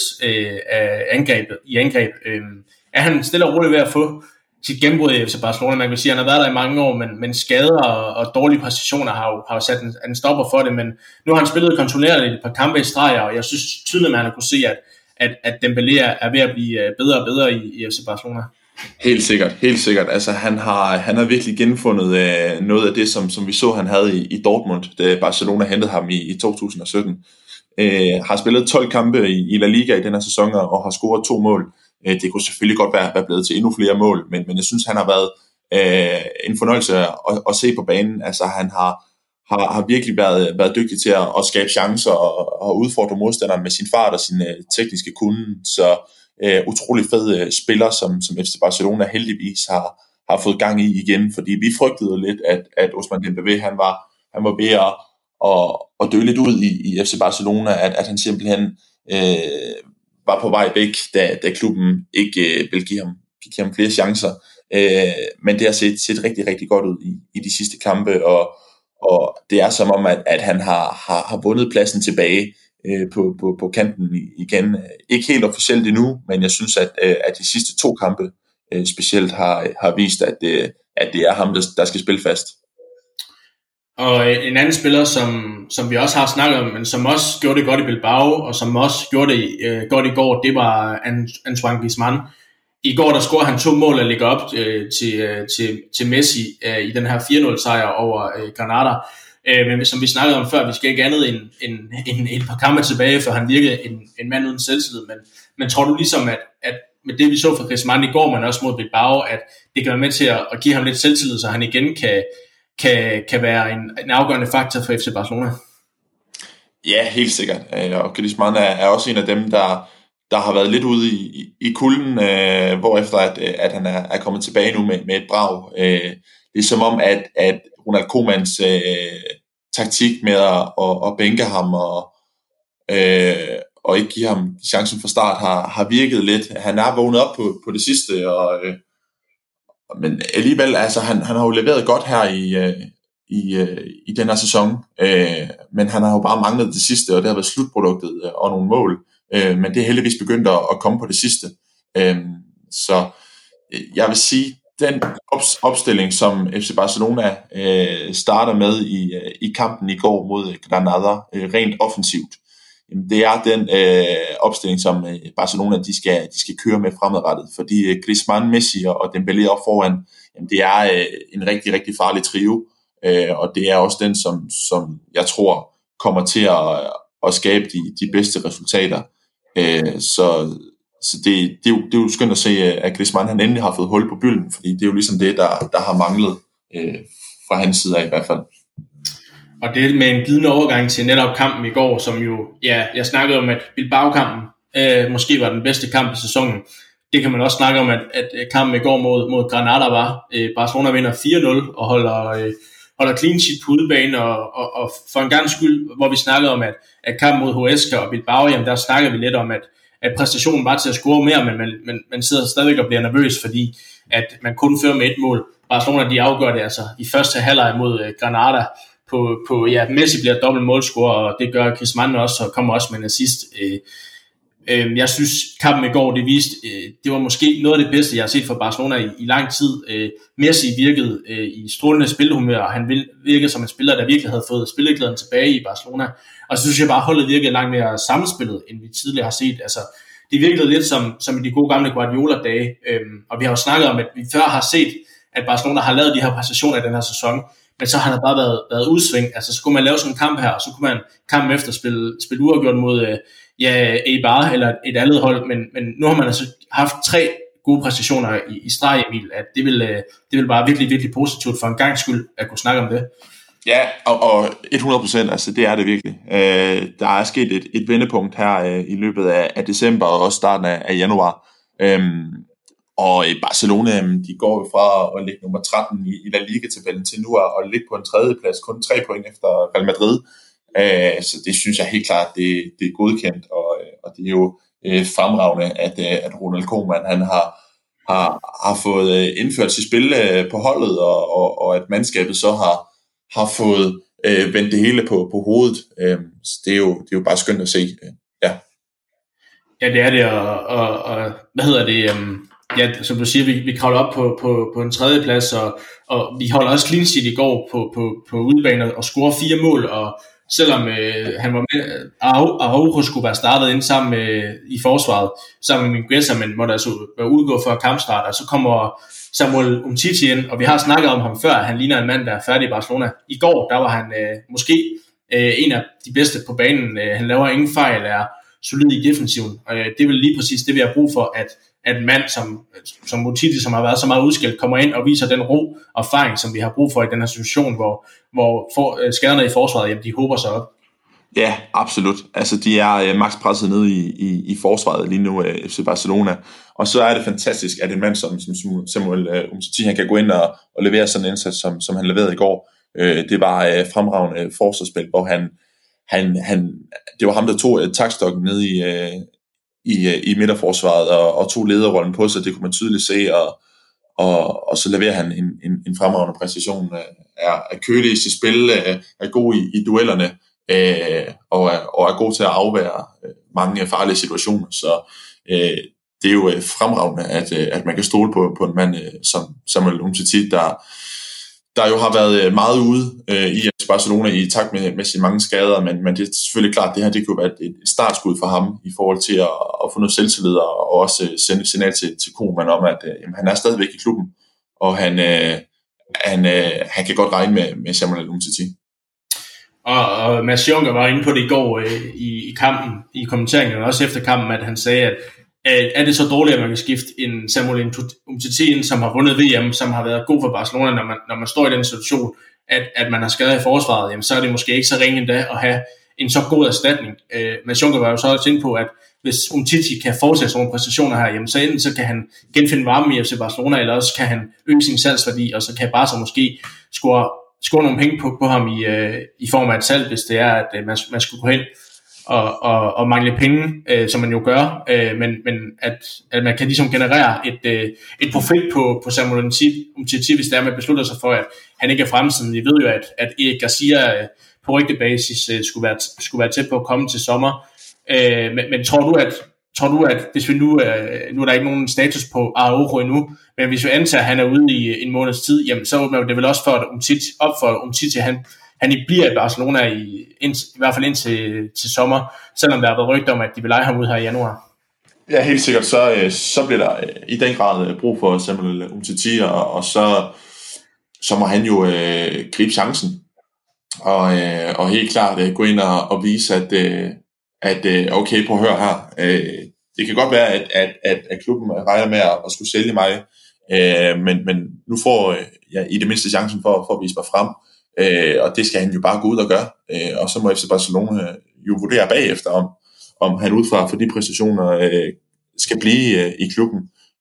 angreb. Er han stille og roligt ved at få sit gennembrud i FC Barcelona? Man kan sige, at han har været der i mange år, men skader og dårlige præcisioner har jo sat en stopper for det, men nu har han spillet kontrolleret et par kampe i streg, og jeg synes tydeligt, at han har kunne se, at Dembélé er ved at blive bedre og bedre i FC Barcelona. Helt sikkert. Altså han har virkelig genfundet noget af det, som vi så, han havde i Dortmund, da Barcelona hentede ham i 2017. Har spillet 12 kampe i La Liga i den her sæson og har scoret 2 mål. Det kunne selvfølgelig godt være blevet til endnu flere mål, men jeg synes, han har været en fornøjelse at se på banen. Altså han har virkelig været dygtig til at skabe chancer og udfordre modstanderen med sin fart og sin tekniske kunnen. Så utrolig fed spiller, som FC Barcelona heldigvis har fået gang i igen, fordi vi frygtede lidt, at Ousmane Dembélé han var ved at dø lidt ud i FC Barcelona, at han simpelthen var på vej væk, da klubben ikke ville give ham flere chancer. Men det har set rigtig, rigtig godt ud i de sidste kampe, og det er som om, at han har vundet pladsen tilbage på kanten igen. Ikke helt officielt endnu, men jeg synes, at de sidste 2 kampe specielt har vist, at det er ham, der skal spille fast. Og en anden spiller, som vi også har snakket om, men som også gjorde det godt i Bilbao, og som også gjorde det godt i går, det var Antoine Griezmann. I går der scorede han 2 mål og ligger op til Messi i den her 4-0 sejr over Granada. Men som vi snakkede om før, vi skal ikke andet end et par kampe tilbage, for han virkede en mand uden selvtillid. Men tror du ligesom, at med det vi så fra Griezmann i går, men også mod Bilbao, at det kan være med til at give ham lidt selvtillid, så han igen kan være en afgørende faktor for FC Barcelona? Ja, helt sikkert. Og Griezmann er også en af dem, der har været lidt ude i kulden, hvorefter at han er kommet tilbage nu med et brag. Det er som om, at Ronald Koemans taktik med at bænke ham og ikke give ham chancen fra start har virket lidt. Han er vågnet op på det sidste, men alligevel, altså han har jo leveret godt her i den her sæson, men han har jo bare manglet det sidste, og det har været slutproduktet og nogle mål, men det er heldigvis begyndt at komme på det sidste. Så jeg vil sige, den opstilling, som FC Barcelona starter med i kampen i går mod Granada, rent offensivt, det er den opstilling, som Barcelona de skal køre med fremadrettet, fordi Griezmann, Messi og Dembélé op foran, det er en rigtig, rigtig farlig trio, og det er også den, som jeg tror kommer til at skabe de bedste resultater. Så det er jo skønt at se, at Griezmann han endelig har fået hul på bylden, fordi det er jo ligesom det, der har manglet fra hans side af i hvert fald. Og det med en glidende overgang til netop kampen i går, som jo, jeg snakkede om, at Bilbao-kampen måske var den bedste kamp i sæsonen. Det kan man også snakke om, at kampen i går mod Granada var. Barcelona vinder 4-0 og holder clean sheet på udebane, og for en gang skyld, hvor vi snakkede om, at kampen mod Huesca og Bilbao, jamen der snakkede vi lidt om, at præstationen var til at score mere, men man sidder stadigvæk og bliver nervøs, fordi at man kun fører med et mål. Barcelona de afgør det altså i første halvleg mod Granada, Messi bliver dobbelt målscorer, og det gør Griezmann også, og kommer også med en assist. Jeg synes, kampen i går, det viste, det var måske noget af det bedste, jeg har set fra Barcelona i lang tid. Messi virkede i strålende spillehumør, og han virkede som en spiller, der virkelig havde fået spilleglæden tilbage i Barcelona. Og så synes jeg bare, holdet virkede langt mere sammenspillet, end vi tidligere har set. Altså, det virkede lidt som i de gode gamle Guardiola-dage, og vi har jo snakket om, at vi før har set, at Barcelona har lavet de her præstationer i den her sæson, men så har der bare været udsving. Altså, så kunne man lave sådan en kamp her, og så kunne man kampen efter spille uafgjort mod Eibar eller et andet hold, men nu har man altså haft 3 gode præstationer i streg, Emil, at det vil bare virkelig, virkelig positivt for en gang skyld at kunne snakke om det. Ja, og 100%, altså det er det virkelig. Der er sket et vendepunkt her i løbet af december og også starten af januar. Og Barcelona, de går jo fra at ligge nummer 13 i La Liga-tabellen til nu at ligge på en 3. plads, kun 3 point efter Real Madrid. Så det synes jeg helt klart, det er godkendt, og det er jo fremragende, at Ronald Koeman han har fået indført sit spil på holdet, og at mandskabet så har fået vendt det hele på hovedet. Så det er jo bare skønt at se. Ja, det er det, og hvad hedder det? Ja, som du siger, vi kravler op på en 3. plads, og vi holder også clean sheet i går på udebane og scorer 4 mål, og selvom han var med, Araujo skulle være startet ind sammen i forsvaret, sammen med Mingueza, men måtte altså udgå for kampstart, og så kommer Samuel Umtiti ind, og vi har snakket om ham før, han ligner en mand, der er færdig i Barcelona. I går, der var han måske en af de bedste på banen, han laver ingen fejl, er solid i defensiven, og det er vel lige præcis det, vi har brug for, at en mand som Umtiti, som har været så meget udskilt, kommer ind og viser den ro og erfaring, som vi har brug for i den her situation, hvor skaderne i forsvaret, jamen, de håber sig op. Ja, absolut. Altså, de er max presset ned i forsvaret lige nu, FC Barcelona. Og så er det fantastisk, at en mand som Samuel Umtiti, han kan gå ind og levere sådan en indsats, som han leverede i går. Det var fremragende forsvarsspil, hvor det var ham, der tog taktstokken ned i midterforsvaret og tog lederrollen på sig. Det kunne man tydeligt se, og så leverer han en fremragende præstation, er kølig i sit spil, er god i duellerne, og er god til at afvære mange farlige situationer. Så det er jo fremragende, at man kan stole på en mand som Samuel Umtiti, der jo har været meget ude i Barcelona i takt med sine mange skader, men det er selvfølgelig klart, at det her det kunne være et startskud for ham i forhold til at få noget selvtillid og også sende et signal til Koeman om, at han er stadigvæk i klubben, og han kan godt regne med Samuel Umtiti. Og Mads Juncker var inde på det i går i kampen, i kommenteringen, og også efter kampen, at han sagde, at er det så dårligt, at man kan skifte en Samuel Umtiti, som har vundet VM, som har været god for Barcelona, når man står i den situation, at man har skadet i forsvaret, jamen, så er det måske ikke så ringe endda at have en så god erstatning. Mads Juncker var jo så også inde på, at hvis Umtiti kan fortsætte sådan nogle præstationer her, jamen, så enten så kan han genfinde varmen i FC Barcelona, eller også kan han øge sin salgsværdi, og så kan Barca måske score nogle penge på ham i form af et salg, hvis det er, at man skulle gå hen og mangle penge, som man jo gør, men at man kan ligesom generere et profit på Samuel Umtiti, hvis der man beslutter sig for, at han ikke er fremtiden. Vi ved jo, at Eric Garcia på rigtig basis skulle være tæt på at komme til sommer. Men tror tror du, at hvis vi nu er der ikke nogen status på Araujo endnu, men hvis vi antager, at han er ude i en måneds tid, jamen så åbner det vel også for Umtiti, han bliver i Barcelona i hvert fald indtil til sommer, selvom der har været rygter om, at de vil lege ham ud her i januar. Ja, helt sikkert. Så bliver der i den grad brug for Samuel Umtiti, og så må han jo gribe chancen og helt klart gå ind og vise, at okay, prøv at høre her. Det kan godt være, at klubben regner med at skulle sælge mig, men nu får jeg i det mindste chancen for at vise mig frem, og det skal han jo bare gå ud og gøre, og så må FC Barcelona jo vurdere bagefter, om han ud fra de præstationer skal blive i klubben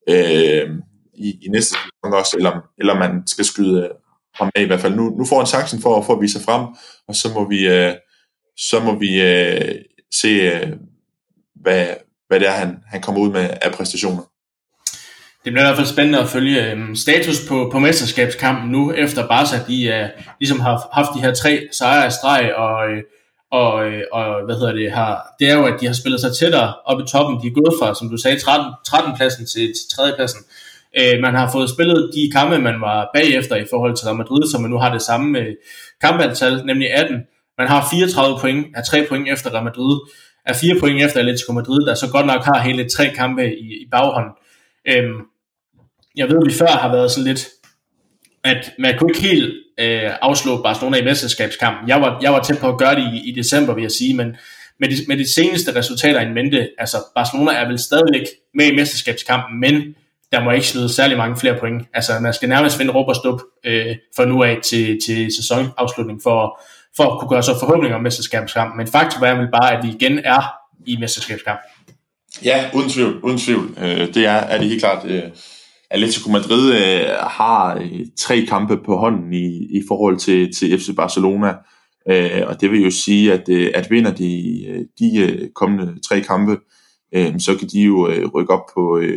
i næste sæson også, eller man skal skyde ham af i hvert fald. Nu får han chancen for at vise sig frem, og så må vi se, hvad det er, han kommer ud med af præstationer. Det bliver i hvert fald spændende at følge status på mesterskabskampen nu, efter Barca de ligesom har haft de her 3 sejre i streg, og det er jo, at de har spillet sig tættere op i toppen. De er gået fra, som du sagde, 13. pladsen til 3. pladsen. Man har fået spillet de kampe, man var bagefter i forhold til Real Madrid, så man nu har det samme kampantal, nemlig 18. Man har 34 point, er 3 point efter Real Madrid, er 4 point efter Atletico Madrid, der så godt nok har hele 3 kampe i baghånden. Jeg ved, at vi før har været sådan lidt, at man kunne ikke helt afslå Barcelona i mesterskabskampen. Jeg var tæt på at gøre det i december, vil jeg sige, men med de seneste resultater i mente, altså Barcelona er vel stadigvæk med i mesterskabskampen, men der må ikke snyde særlig mange flere point. Altså man skal nærmest vinde råb og stup for nu af til sæsonafslutning for at kunne gøre så forhåbninger om mesterskabskampen. Men faktum er vel bare, at vi igen er i mesterskabskampen. Ja, uden tvivl. Det er det helt klart. Atletico Madrid har 3 kampe på hånden i forhold til FC Barcelona, og det vil jo sige, at vinder de kommende 3 kampe, så kan de jo rykke op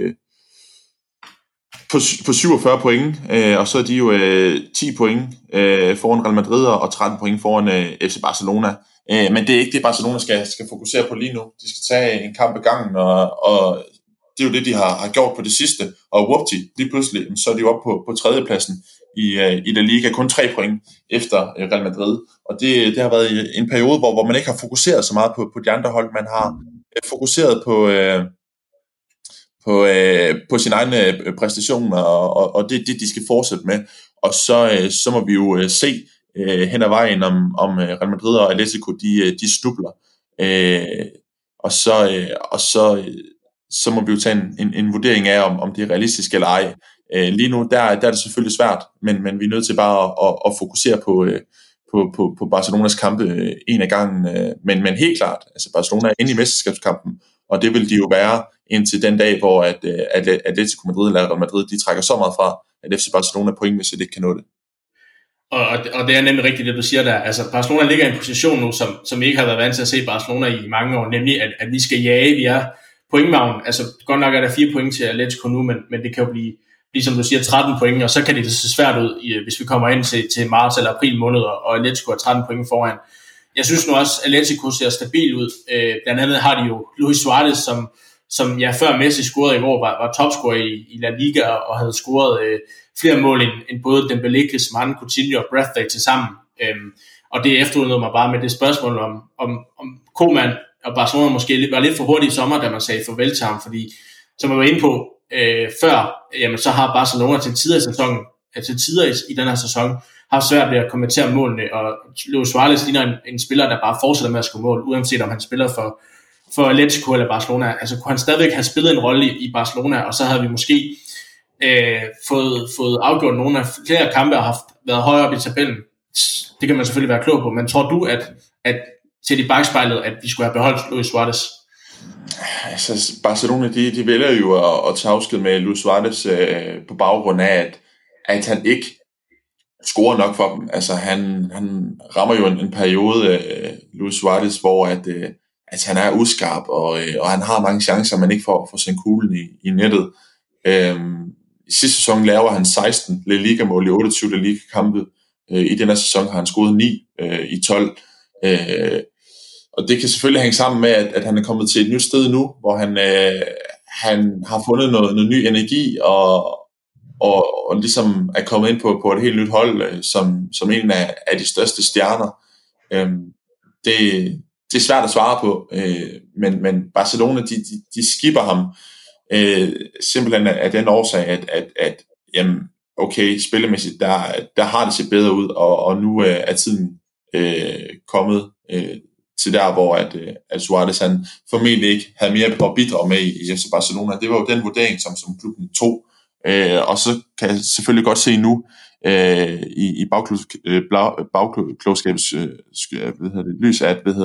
på 47 point, og så er de jo 10 point foran Real Madrid og 13 point foran FC Barcelona. Men det er ikke det, Barcelona skal fokusere på lige nu. De skal tage en kamp ad gangen, og det er jo det, de har gjort på det sidste. Og whoopty, lige pludselig, så er de jo oppe på 3. pladsen i La Liga, kun 3 point efter Real Madrid. Og det har været en periode, hvor man ikke har fokuseret så meget på de andre hold. Man har fokuseret på sine egne præstationer, og det de skal fortsætte med. Og så må vi jo se hen ad vejen, om Real Madrid og Atletico, de snubler. Og så må vi jo tage en vurdering af, om det er realistisk eller ej. Lige nu, der er det selvfølgelig svært, men vi er nødt til bare at fokusere på Barcelonas kampe en af gangen. Men helt klart, altså Barcelona er inde i mesterskabskampen, og det vil de jo være indtil den dag, hvor Atletico Madrid eller Real Madrid, de trækker så meget fra, at FC Barcelona pointmæssigt ikke kan nå det. Og det er nemlig rigtigt, det du siger der. Altså Barcelona ligger i en position nu, som vi ikke har været vant til at se Barcelona i mange år, nemlig at vi skal jage, vi er pointmagnen. Altså godt nok er der 4 point til Atletico nu, men det kan jo blive som du siger, 13 point, og så kan det se svært ud, hvis vi kommer ind til marts eller april måned, og Atletico er 13 point foran. Jeg synes nu også, at Atletico ser stabil ud. Blandt andet har de jo Luis Suarez, som før Messi scorede i år, var topscorer i La Liga, og havde scoret flere mål end både Dembélé, Griezmann, Coutinho og Braithwaite til sammen. Og det efterudnede mig bare med det spørgsmål om Koeman og Barcelona måske var lidt for hurtigt i sommer, da man sagde farvel til ham, fordi som jeg var inde på før, jamen, så har Barcelona til tider i den her sæson har svært ved at kommentere målene, og Luis Suarez ligner en spiller, der bare fortsætter med at score mål, uanset om han spiller for Atletico eller Barcelona. Altså kunne han stadigvæk have spillet en rolle i Barcelona, og så havde vi måske fået afgjort nogle af flere kampe og haft været højere op i tabellen. Det kan man selvfølgelig være klog på, men tror du, at til i bagspejlet, at vi skulle have beholdt Luis Suarez? Altså, Barcelona, de vælger jo at tage afsked med Luis Suarez på baggrund af, at han ikke scorer nok for dem. Altså, han rammer jo en periode, Luis Suarez, hvor at han er uskarp, og han har mange chancer, men ikke får sendt kuglen i nettet. I sidste sæson laver han 16 La Liga-mål i 28 La Liga-kampe. I denne sæson har han scoret 9 i 12. og det kan selvfølgelig hænge sammen med, at han er kommet til et nyt sted nu, hvor han har fundet noget ny energi, og ligesom er kommet ind på et helt nyt hold, som en af de største stjerner. Det er svært at svare på, men Barcelona, de skipper ham simpelthen af den årsag, at jamen, okay, spillemæssigt, der har det set bedre ud, og nu er tiden kommet til der, hvor at Suarez han formentlig ikke havde mere at bidrage med i FC Barcelona. Det var jo den vurdering, som klubben tog. Og så kan jeg selvfølgelig godt se nu i bagklogskabets lys,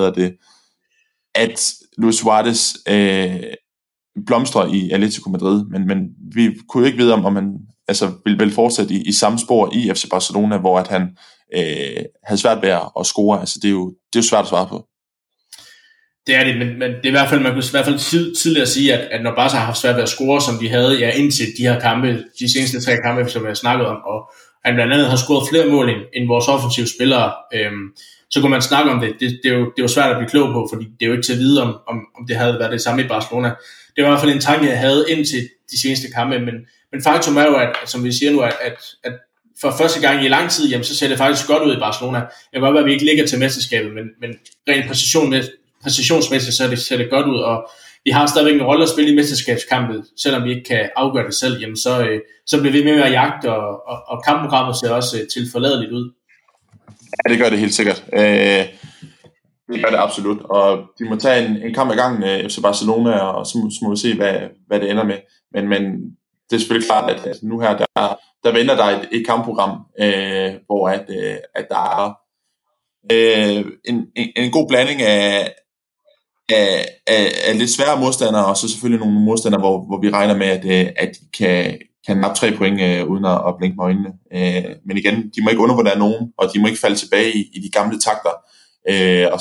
at Luis Suarez blomstrer i Atletico Madrid, men vi kunne jo ikke vide, om han ville fortsætte i samme spor i FC Barcelona, hvor at han havde svært ved at score. Altså, det er jo svært at svare på. Det er det, men det er i hvert fald, man kunne i hvert fald tidligere sige, at når Barca har haft svært ved at score, som de havde indtil de her kampe, de seneste 3 kampe, som jeg har snakket om, og han blandt andet har scoret flere mål end vores offensive spillere, så kunne man snakke om det. Det er jo svært at blive klog på, fordi det er jo ikke til at vide, om det havde været det samme i Barcelona. Det var i hvert fald en tanke, jeg havde indtil de seneste kampe, men faktum er jo, at som vi siger nu, at for første gang i lang tid, jamen, så ser det faktisk godt ud i Barcelona. Det kan godt være, at vi ikke ligger til mesterskabet, men rent præcisionsmæssigt, så ser det godt ud, og vi har stadigvæk en rolle at spille i mesterskabskampet, selvom vi ikke kan afgøre det selv, jamen så bliver vi med at jagte, og kampprogrammet ser også tilforladeligt ud. Ja, det gør det helt sikkert. Det gør det absolut, og de må tage en kamp ad gangen FC Barcelona, og så må vi se, hvad det ender med. Men det er selvfølgelig klart, at nu her, der venter der et kampprogram, hvor at der er en god blanding af lidt svære modstandere, og så selvfølgelig nogle modstandere, hvor vi regner med, at de kan nappe 3 point uden at blinke med øjnene. Men igen, de må ikke undervurdere nogen, og de må ikke falde tilbage i de gamle takter. Og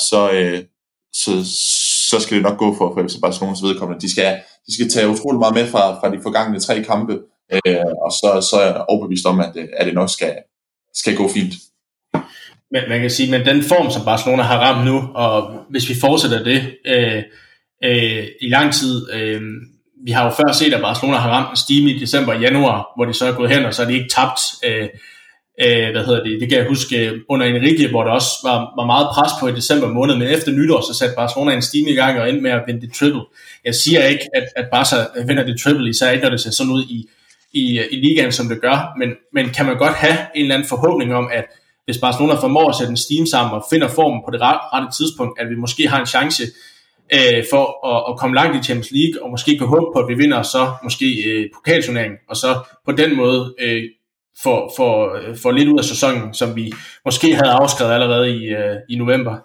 så skal det nok gå for FC Barcelonas vedkommende. De skal tage utrolig meget med fra de forgangne 3 kampe, og så er jeg overbevist om, at det nok skal gå fint. Men man kan sige, men den form, som Barcelona har ramt nu, og hvis vi fortsætter det i lang tid, vi har jo før set, at Barcelona har ramt en stime i december og januar, hvor de så er gået hen, og så er de ikke tabt. Det kan jeg huske under Enrique, hvor der også var meget pres på i december måned, men efter nytår, så satte Barcelona en stime i gang og endte med at vinde det triple. Jeg siger ikke, at Barca vinder det triple, især ikke, når det ser sådan ud i ligaen, som det gør, men kan man godt have en eller anden forhåbning om, at hvis Barcelona formår at sætte en steam sammen og finder formen på det rette tidspunkt, at vi måske har en chance for at komme langt i Champions League, og måske kan håbe på, at vi vinder så måske pokalturneringen, og så på den måde får lidt ud af sæsonen, som vi måske havde afskrevet allerede i november.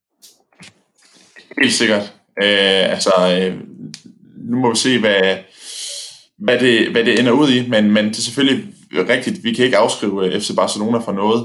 Helt sikkert. Nu må vi se, hvad det ender ud i, men det er selvfølgelig rigtigt. Vi kan ikke afskrive FC Barcelona for noget,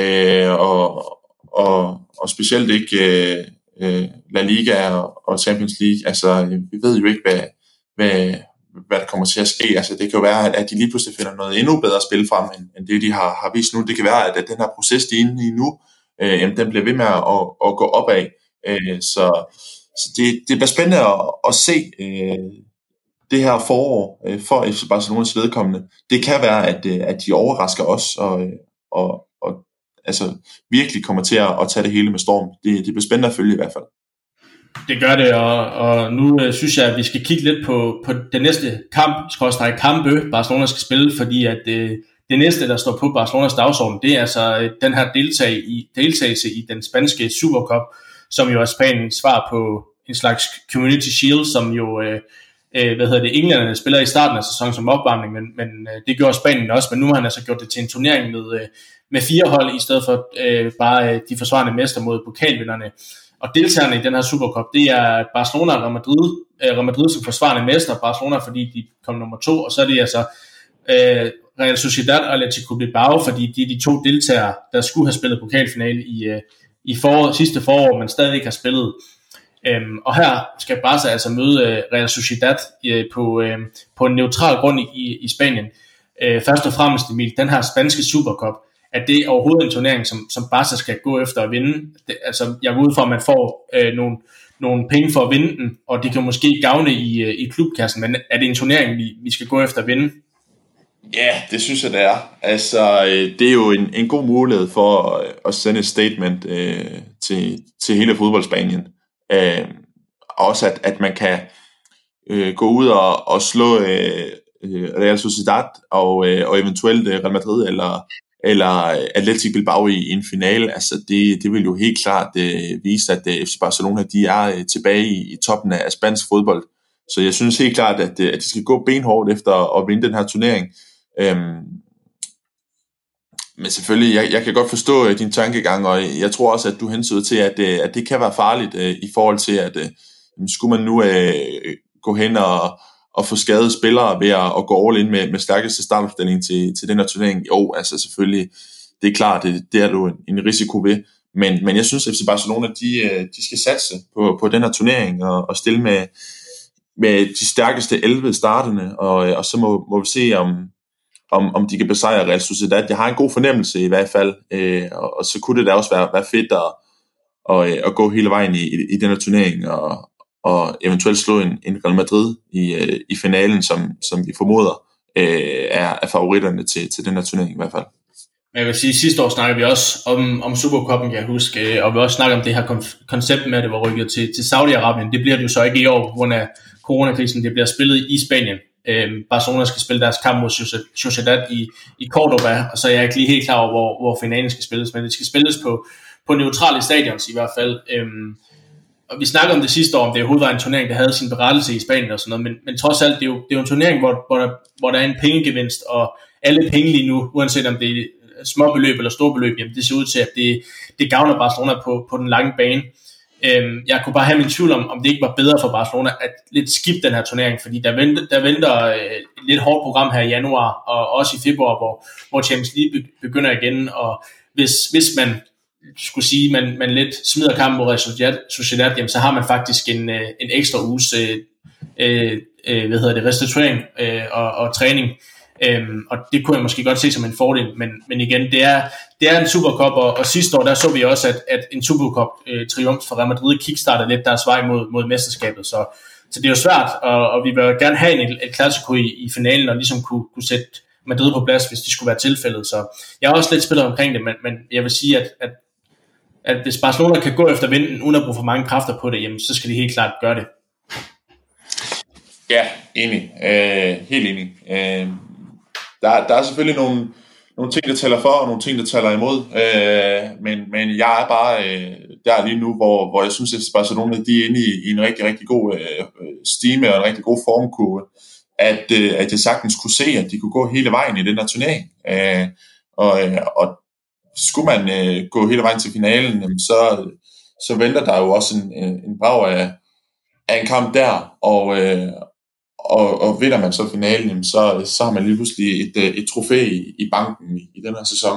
og specielt ikke La Liga og Champions League. Altså, vi ved jo ikke, hvad der kommer til at ske. Altså, det kan jo være, at de lige pludselig finder noget endnu bedre spil frem, end det, de har vist nu. Det kan være, at den her proces, de er inde i nu, den bliver ved med at gå opad. Så det bliver spændende at se det her forår for FC Barcelonas vedkommende. Det kan være, at de overrasker os, og altså virkelig kommer til at tage det hele med storm. Det bliver spændende at følge i hvert fald. Det gør det, og nu synes jeg, at vi skal kigge lidt på den næste kampe, Barcelona skal spille, fordi at det næste, der står på Barcelonas dagsorden, det er altså den her deltagelse i den spanske Supercup, som jo er Spaniens svar på en slags Community Shield, som jo englænderne spiller i starten af sæsonen som opvarmning, men det gjorde Spanien også, men nu har han altså gjort det til en turnering med 4 hold, i stedet for bare de forsvarende mester mod pokalvinderne. Og deltagerne i den her Supercup, det er Barcelona og Real Madrid som forsvarende mester, Barcelona fordi de kom nummer 2, og så er det altså Real Sociedad og Atletico Bilbao, fordi de er de 2 deltagere, der skulle have spillet pokalfinale i sidste forår, men stadig ikke har spillet. Og her skal Barca altså møde Real Sociedad på en neutral grund i Spanien. Først og fremmest, Emil, den her spanske Supercup at det er overhovedet en turnering, som Barca skal gå efter at vinde. Altså, jeg går ud fra, at man får nogle penge for at vinde den, og det kan måske gavne i klubkassen, men er det en turnering, vi skal gå efter at vinde? Ja, det synes jeg, det er. Altså, det er jo en god mulighed for at sende et statement til hele fodboldspanien. Også at man kan gå ud og slå Real Sociedad og eventuelt Real Madrid eller Athletic Bilbao i en finale. Altså, det vil jo helt klart vise, at FC Barcelona de er tilbage i toppen af spansk fodbold. Så jeg synes helt klart, at de skal gå benhårdt efter at vinde den her turnering. Men selvfølgelig, jeg kan godt forstå din tankegang, og jeg tror også, at du hensyder til, at det kan være farligt i forhold til, at skulle man nu gå hen og få skadede spillere ved at gå all in med stærkeste startopstilling til den her turnering. Jo, altså selvfølgelig, det er klart, det er jo en risiko ved, men jeg synes, at FC Barcelona, de skal satse på den her turnering og stille med de stærkeste 11 startende, og så må vi se, om de kan besejre Real Sociedad. Jeg har en god fornemmelse i hvert fald, og så kunne det da også være fedt at gå hele vejen i den her turnering, og eventuelt slå en Real Madrid i finalen, som vi formoder er favoritterne til den her turnering i hvert fald. Jeg vil sige, sidste år snakkede vi også om Supercuppen, kan jeg huske, og vi også snakkede om det her koncept med, at det var rykket til Saudi-Arabien. Det bliver det jo så ikke i år, på grund af coronakrisen. Det bliver spillet i Spanien. Barcelona skal spille deres kamp mod Sociedad i Cordoba, og så er jeg ikke lige helt klar over, hvor finalen skal spilles, men det skal spilles på neutrale stadions i hvert fald. Og vi snakkede om det sidste år, om det overhovedet var en turnering, der havde sin berettelse i Spanien og sådan noget, men trods alt, det er jo en turnering, hvor der er en pengegevinst, og alle penge lige nu, uanset om det er små beløb eller store beløb, jamen det ser ud til, at det gavner Barcelona på den lange bane. Jeg kunne bare have min tvivl om det ikke var bedre for Barcelona at lidt skifte den her turnering, fordi der venter et lidt hårdt program her i januar, og også i februar, hvor Champions League begynder igen, og hvis man skulle sige, man lidt smider kampen mod Sociedad, jamen, så har man faktisk en ekstra uges restituering og træning. Og det kunne jeg måske godt se som en fordel, men igen, det er en Supercup, og sidste år der så vi også, at en Supercup triumf for Real Madrid kickstartede lidt deres vej mod mesterskabet, så det er jo svært, og vi vil jo gerne have et Clasico i finalen, og ligesom kunne sætte Madrid på plads, hvis det skulle være tilfældet, så jeg har også lidt spillet omkring det, men jeg vil sige, at hvis Barcelona kan gå efter vinden, uden at bruge for mange kræfter på det, jamen, så skal de helt klart gøre det. Ja, enig. Helt enig. Der er selvfølgelig nogle ting, der taler for, og nogle ting, der taler imod. Men jeg er bare der lige nu, hvor jeg synes, at Barcelona de er inde i en rigtig, rigtig god stime og en rigtig god formkurve. At jeg sagtens kunne se, at de kunne gå hele vejen i den her turnering. Og skulle man gå hele vejen til finalen, så venter der jo også en brag af en kamp der, og vinder man så finalen, så har man lige pludselig et trofæ i banken i den her sæson.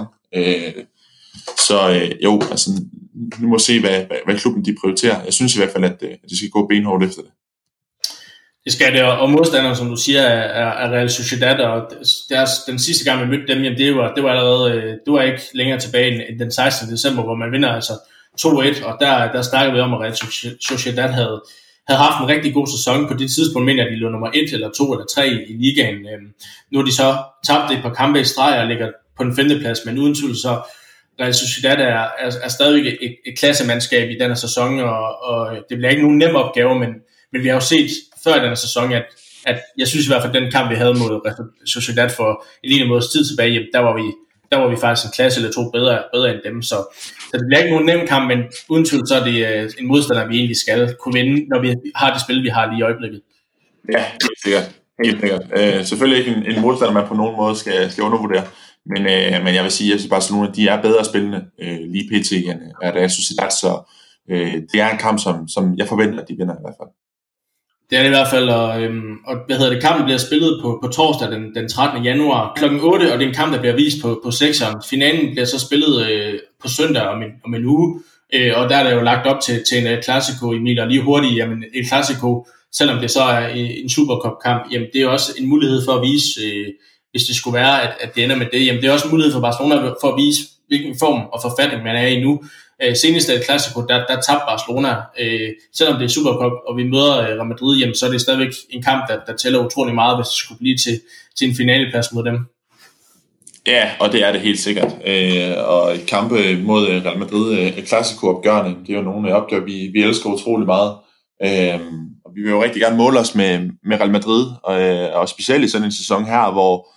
Jo, altså nu må se, hvad klubben de prioriterer. Jeg synes i hvert fald, at de skal gå benhårdt efter det. Det skal det, og modstanderen, som du siger, er Real Sociedad, og den sidste gang, vi mødte dem, jamen det var allerede, det var ikke længere tilbage end den 16. december, hvor man vinder altså 2-1, og der snakkede vi om, at Real Sociedad havde haft en rigtig god sæson. På det tidspunkt mener jeg, at de lå nummer 1 eller 2 eller 3 i ligaen. Nu har de så tabt et par kampe i streg og ligger på den 5. plads, men uden tvivl så Real Sociedad er stadigvæk et klassemandskab i denne sæson, og det bliver ikke nogen nem opgave, men vi har jo set før i denne sæson, at jeg synes i hvert fald, at den kamp, vi havde mod Real Sociedad for en lille måneds tid tilbage, der var vi faktisk en klasse eller 2 bedre end dem, så det bliver ikke nogen nem kamp, men uden tvivl så er det en modstander, vi egentlig skal kunne vinde, når vi har det spil, vi har lige i øjeblikket. Ja, helt sikkert. Helt sikkert. Selvfølgelig ikke en modstander, man på nogen måde skal undervurdere, men jeg vil sige, at Barcelona de er bedre spillende lige pt. End Real Sociedad, så det er en kamp, som jeg forventer, at de vinder i hvert fald. Det er det i hvert fald, og kampen bliver spillet på torsdag den 13. januar kl. 8, og det er en kamp, der bliver vist på 6'eren. Finalen bliver så spillet på søndag om en uge, og der er der jo lagt op til en Clasico, Emil, og lige hurtigt, jamen et Clasico, selvom det så er en Supercup-kamp, jamen det er også en mulighed for at vise hvis det skulle være, at det ender med det. Jamen, det er også en mulighed for Barcelona for at vise, hvilken form og forfatning man er i nu. Senest El Clasico, der tabte Barcelona. Selvom det er Supercup, og vi møder Real Madrid, jamen, så er det stadigvæk en kamp, der tæller utrolig meget, hvis det skulle blive til en finaleplads mod dem. Ja, og det er det helt sikkert. Og kampe mod Real Madrid, El Clasico-opgørende, det er jo nogle opgør, vi elsker utrolig meget. Og vi vil jo rigtig gerne måle os med Real Madrid, og specielt i sådan en sæson her, hvor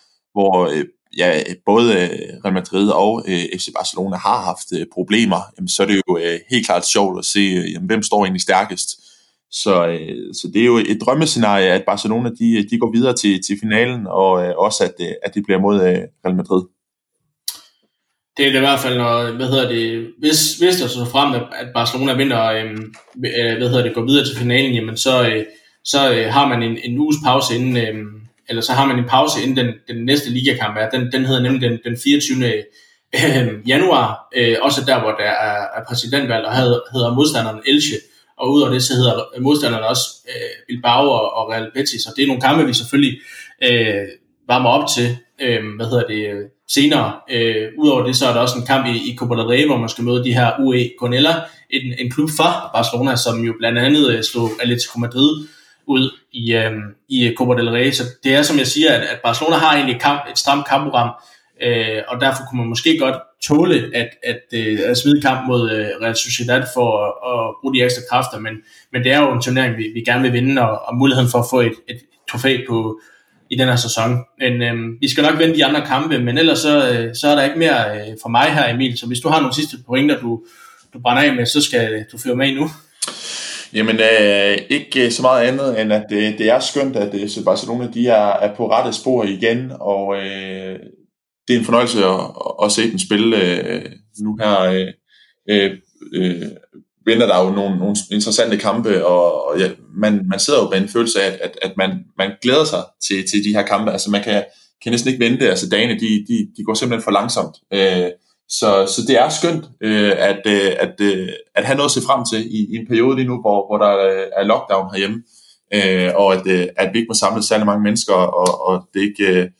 både Real Madrid og FC Barcelona har haft problemer, så er det jo helt klart sjovt at se, hvem står egentlig stærkest. Så det er jo et drømmescenarie, at Barcelona de går videre til finalen, og også at det bliver mod Real Madrid. Det er det i hvert fald, når, hvis der så frem, at Barcelona vinder, går videre til finalen, jamen så har man en uges pause inden, eller så har man en pause inden den næste ligakamp er. Den hedder nemlig den 24. januar, også der, hvor der er præsidentvalg, og hedder modstanderen Elche, og udover det, så hedder modstanderne også Bilbao og Real Betis, og det er nogle kampe, vi selvfølgelig varmer op til, senere. Udover det, så er der også en kamp i Copa del Rey, hvor man skal møde de her UE Gonella, en klub fra Barcelona, som jo blandt andet slog Atletico Madrid ud i Copa del Rey. Så det er, som jeg siger, at Barcelona har egentlig et stramt kampprogram, og derfor kunne man måske godt tåle at smide kamp mod Real Sociedad for at bruge de ekstra kræfter, men det er jo en turnering, vi gerne vil vinde, og muligheden for at få et trofæ i den her sæson. Men vi skal nok vinde de andre kampe, men ellers så er der ikke mere fra mig her, Emil. Så hvis du har nogle sidste pointer, du brænder af med, så skal du føre med nu. Jamen, ikke så meget andet, end at det er skønt, at Barcelona de er på rette spor igen, og det er en fornøjelse at se dem spille nu her. Vinder der jo nogle interessante kampe, og ja, man sidder jo med en følelse af, at man glæder sig til de her kampe. Altså man kan næsten ikke vente, altså dagene de går simpelthen for langsomt. Så det er skønt at have noget at se frem til i en periode lige nu, hvor der er lockdown herhjemme, og at vi ikke må samle særlig mange mennesker, og det ikke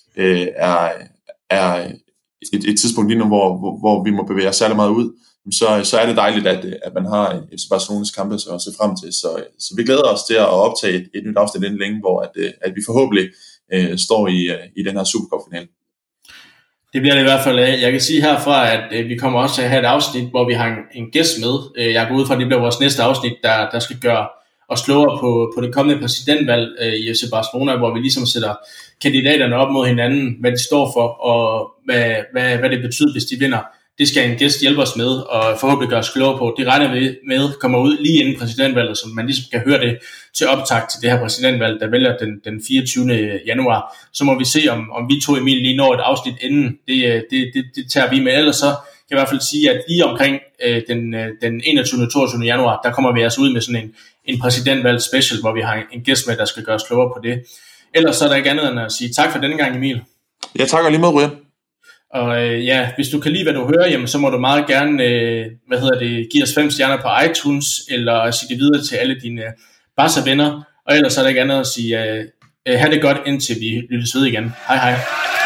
er et tidspunkt lige nu, hvor vi må bevæge os særlig meget ud. Så er det dejligt, at man har FC Barcelonas kampe at se frem til. Så vi glæder os til at optage et nyt afsnit inden længe, hvor at vi forhåbentlig står i den her Supercup-finale. Det bliver det i hvert fald. Jeg kan sige herfra, at vi kommer også til at have et afsnit, hvor vi har en gæst med. Jeg går ud fra, at det bliver vores næste afsnit, der skal gøre os klogere på det kommende præsidentvalg i FC Barcelona, hvor vi ligesom sætter kandidaterne op mod hinanden, hvad de står for, og hvad det betyder, hvis de vinder. Det skal en gæst hjælpe os med, og forhåbentlig gøre os klogere på. Det regner vi med kommer ud lige inden præsidentvalget, så man ligesom kan høre det til optakt til det her præsidentvalg, der vælger den 24. januar. Så må vi se, om vi to, Emil, lige når et afsnit inden. Det tager vi med. Ellers så kan jeg i hvert fald sige, at lige omkring den 21. og 22. januar, der kommer vi altså ud med sådan en præsidentvalg special, hvor vi har en gæst med, der skal gøre os klogere på det. Ellers så er der ikke andet end at sige tak for denne gang, Emil. Ja, tak og lige med, Ryan. Og hvis du kan lide, hvad du hører, jamen, så må du meget gerne give os 5 stjerner på iTunes, eller sige det videre til alle dine Barca-venner. Og ellers er der ikke andet at sige, have det godt, indtil vi lyttes ved igen. Hej hej.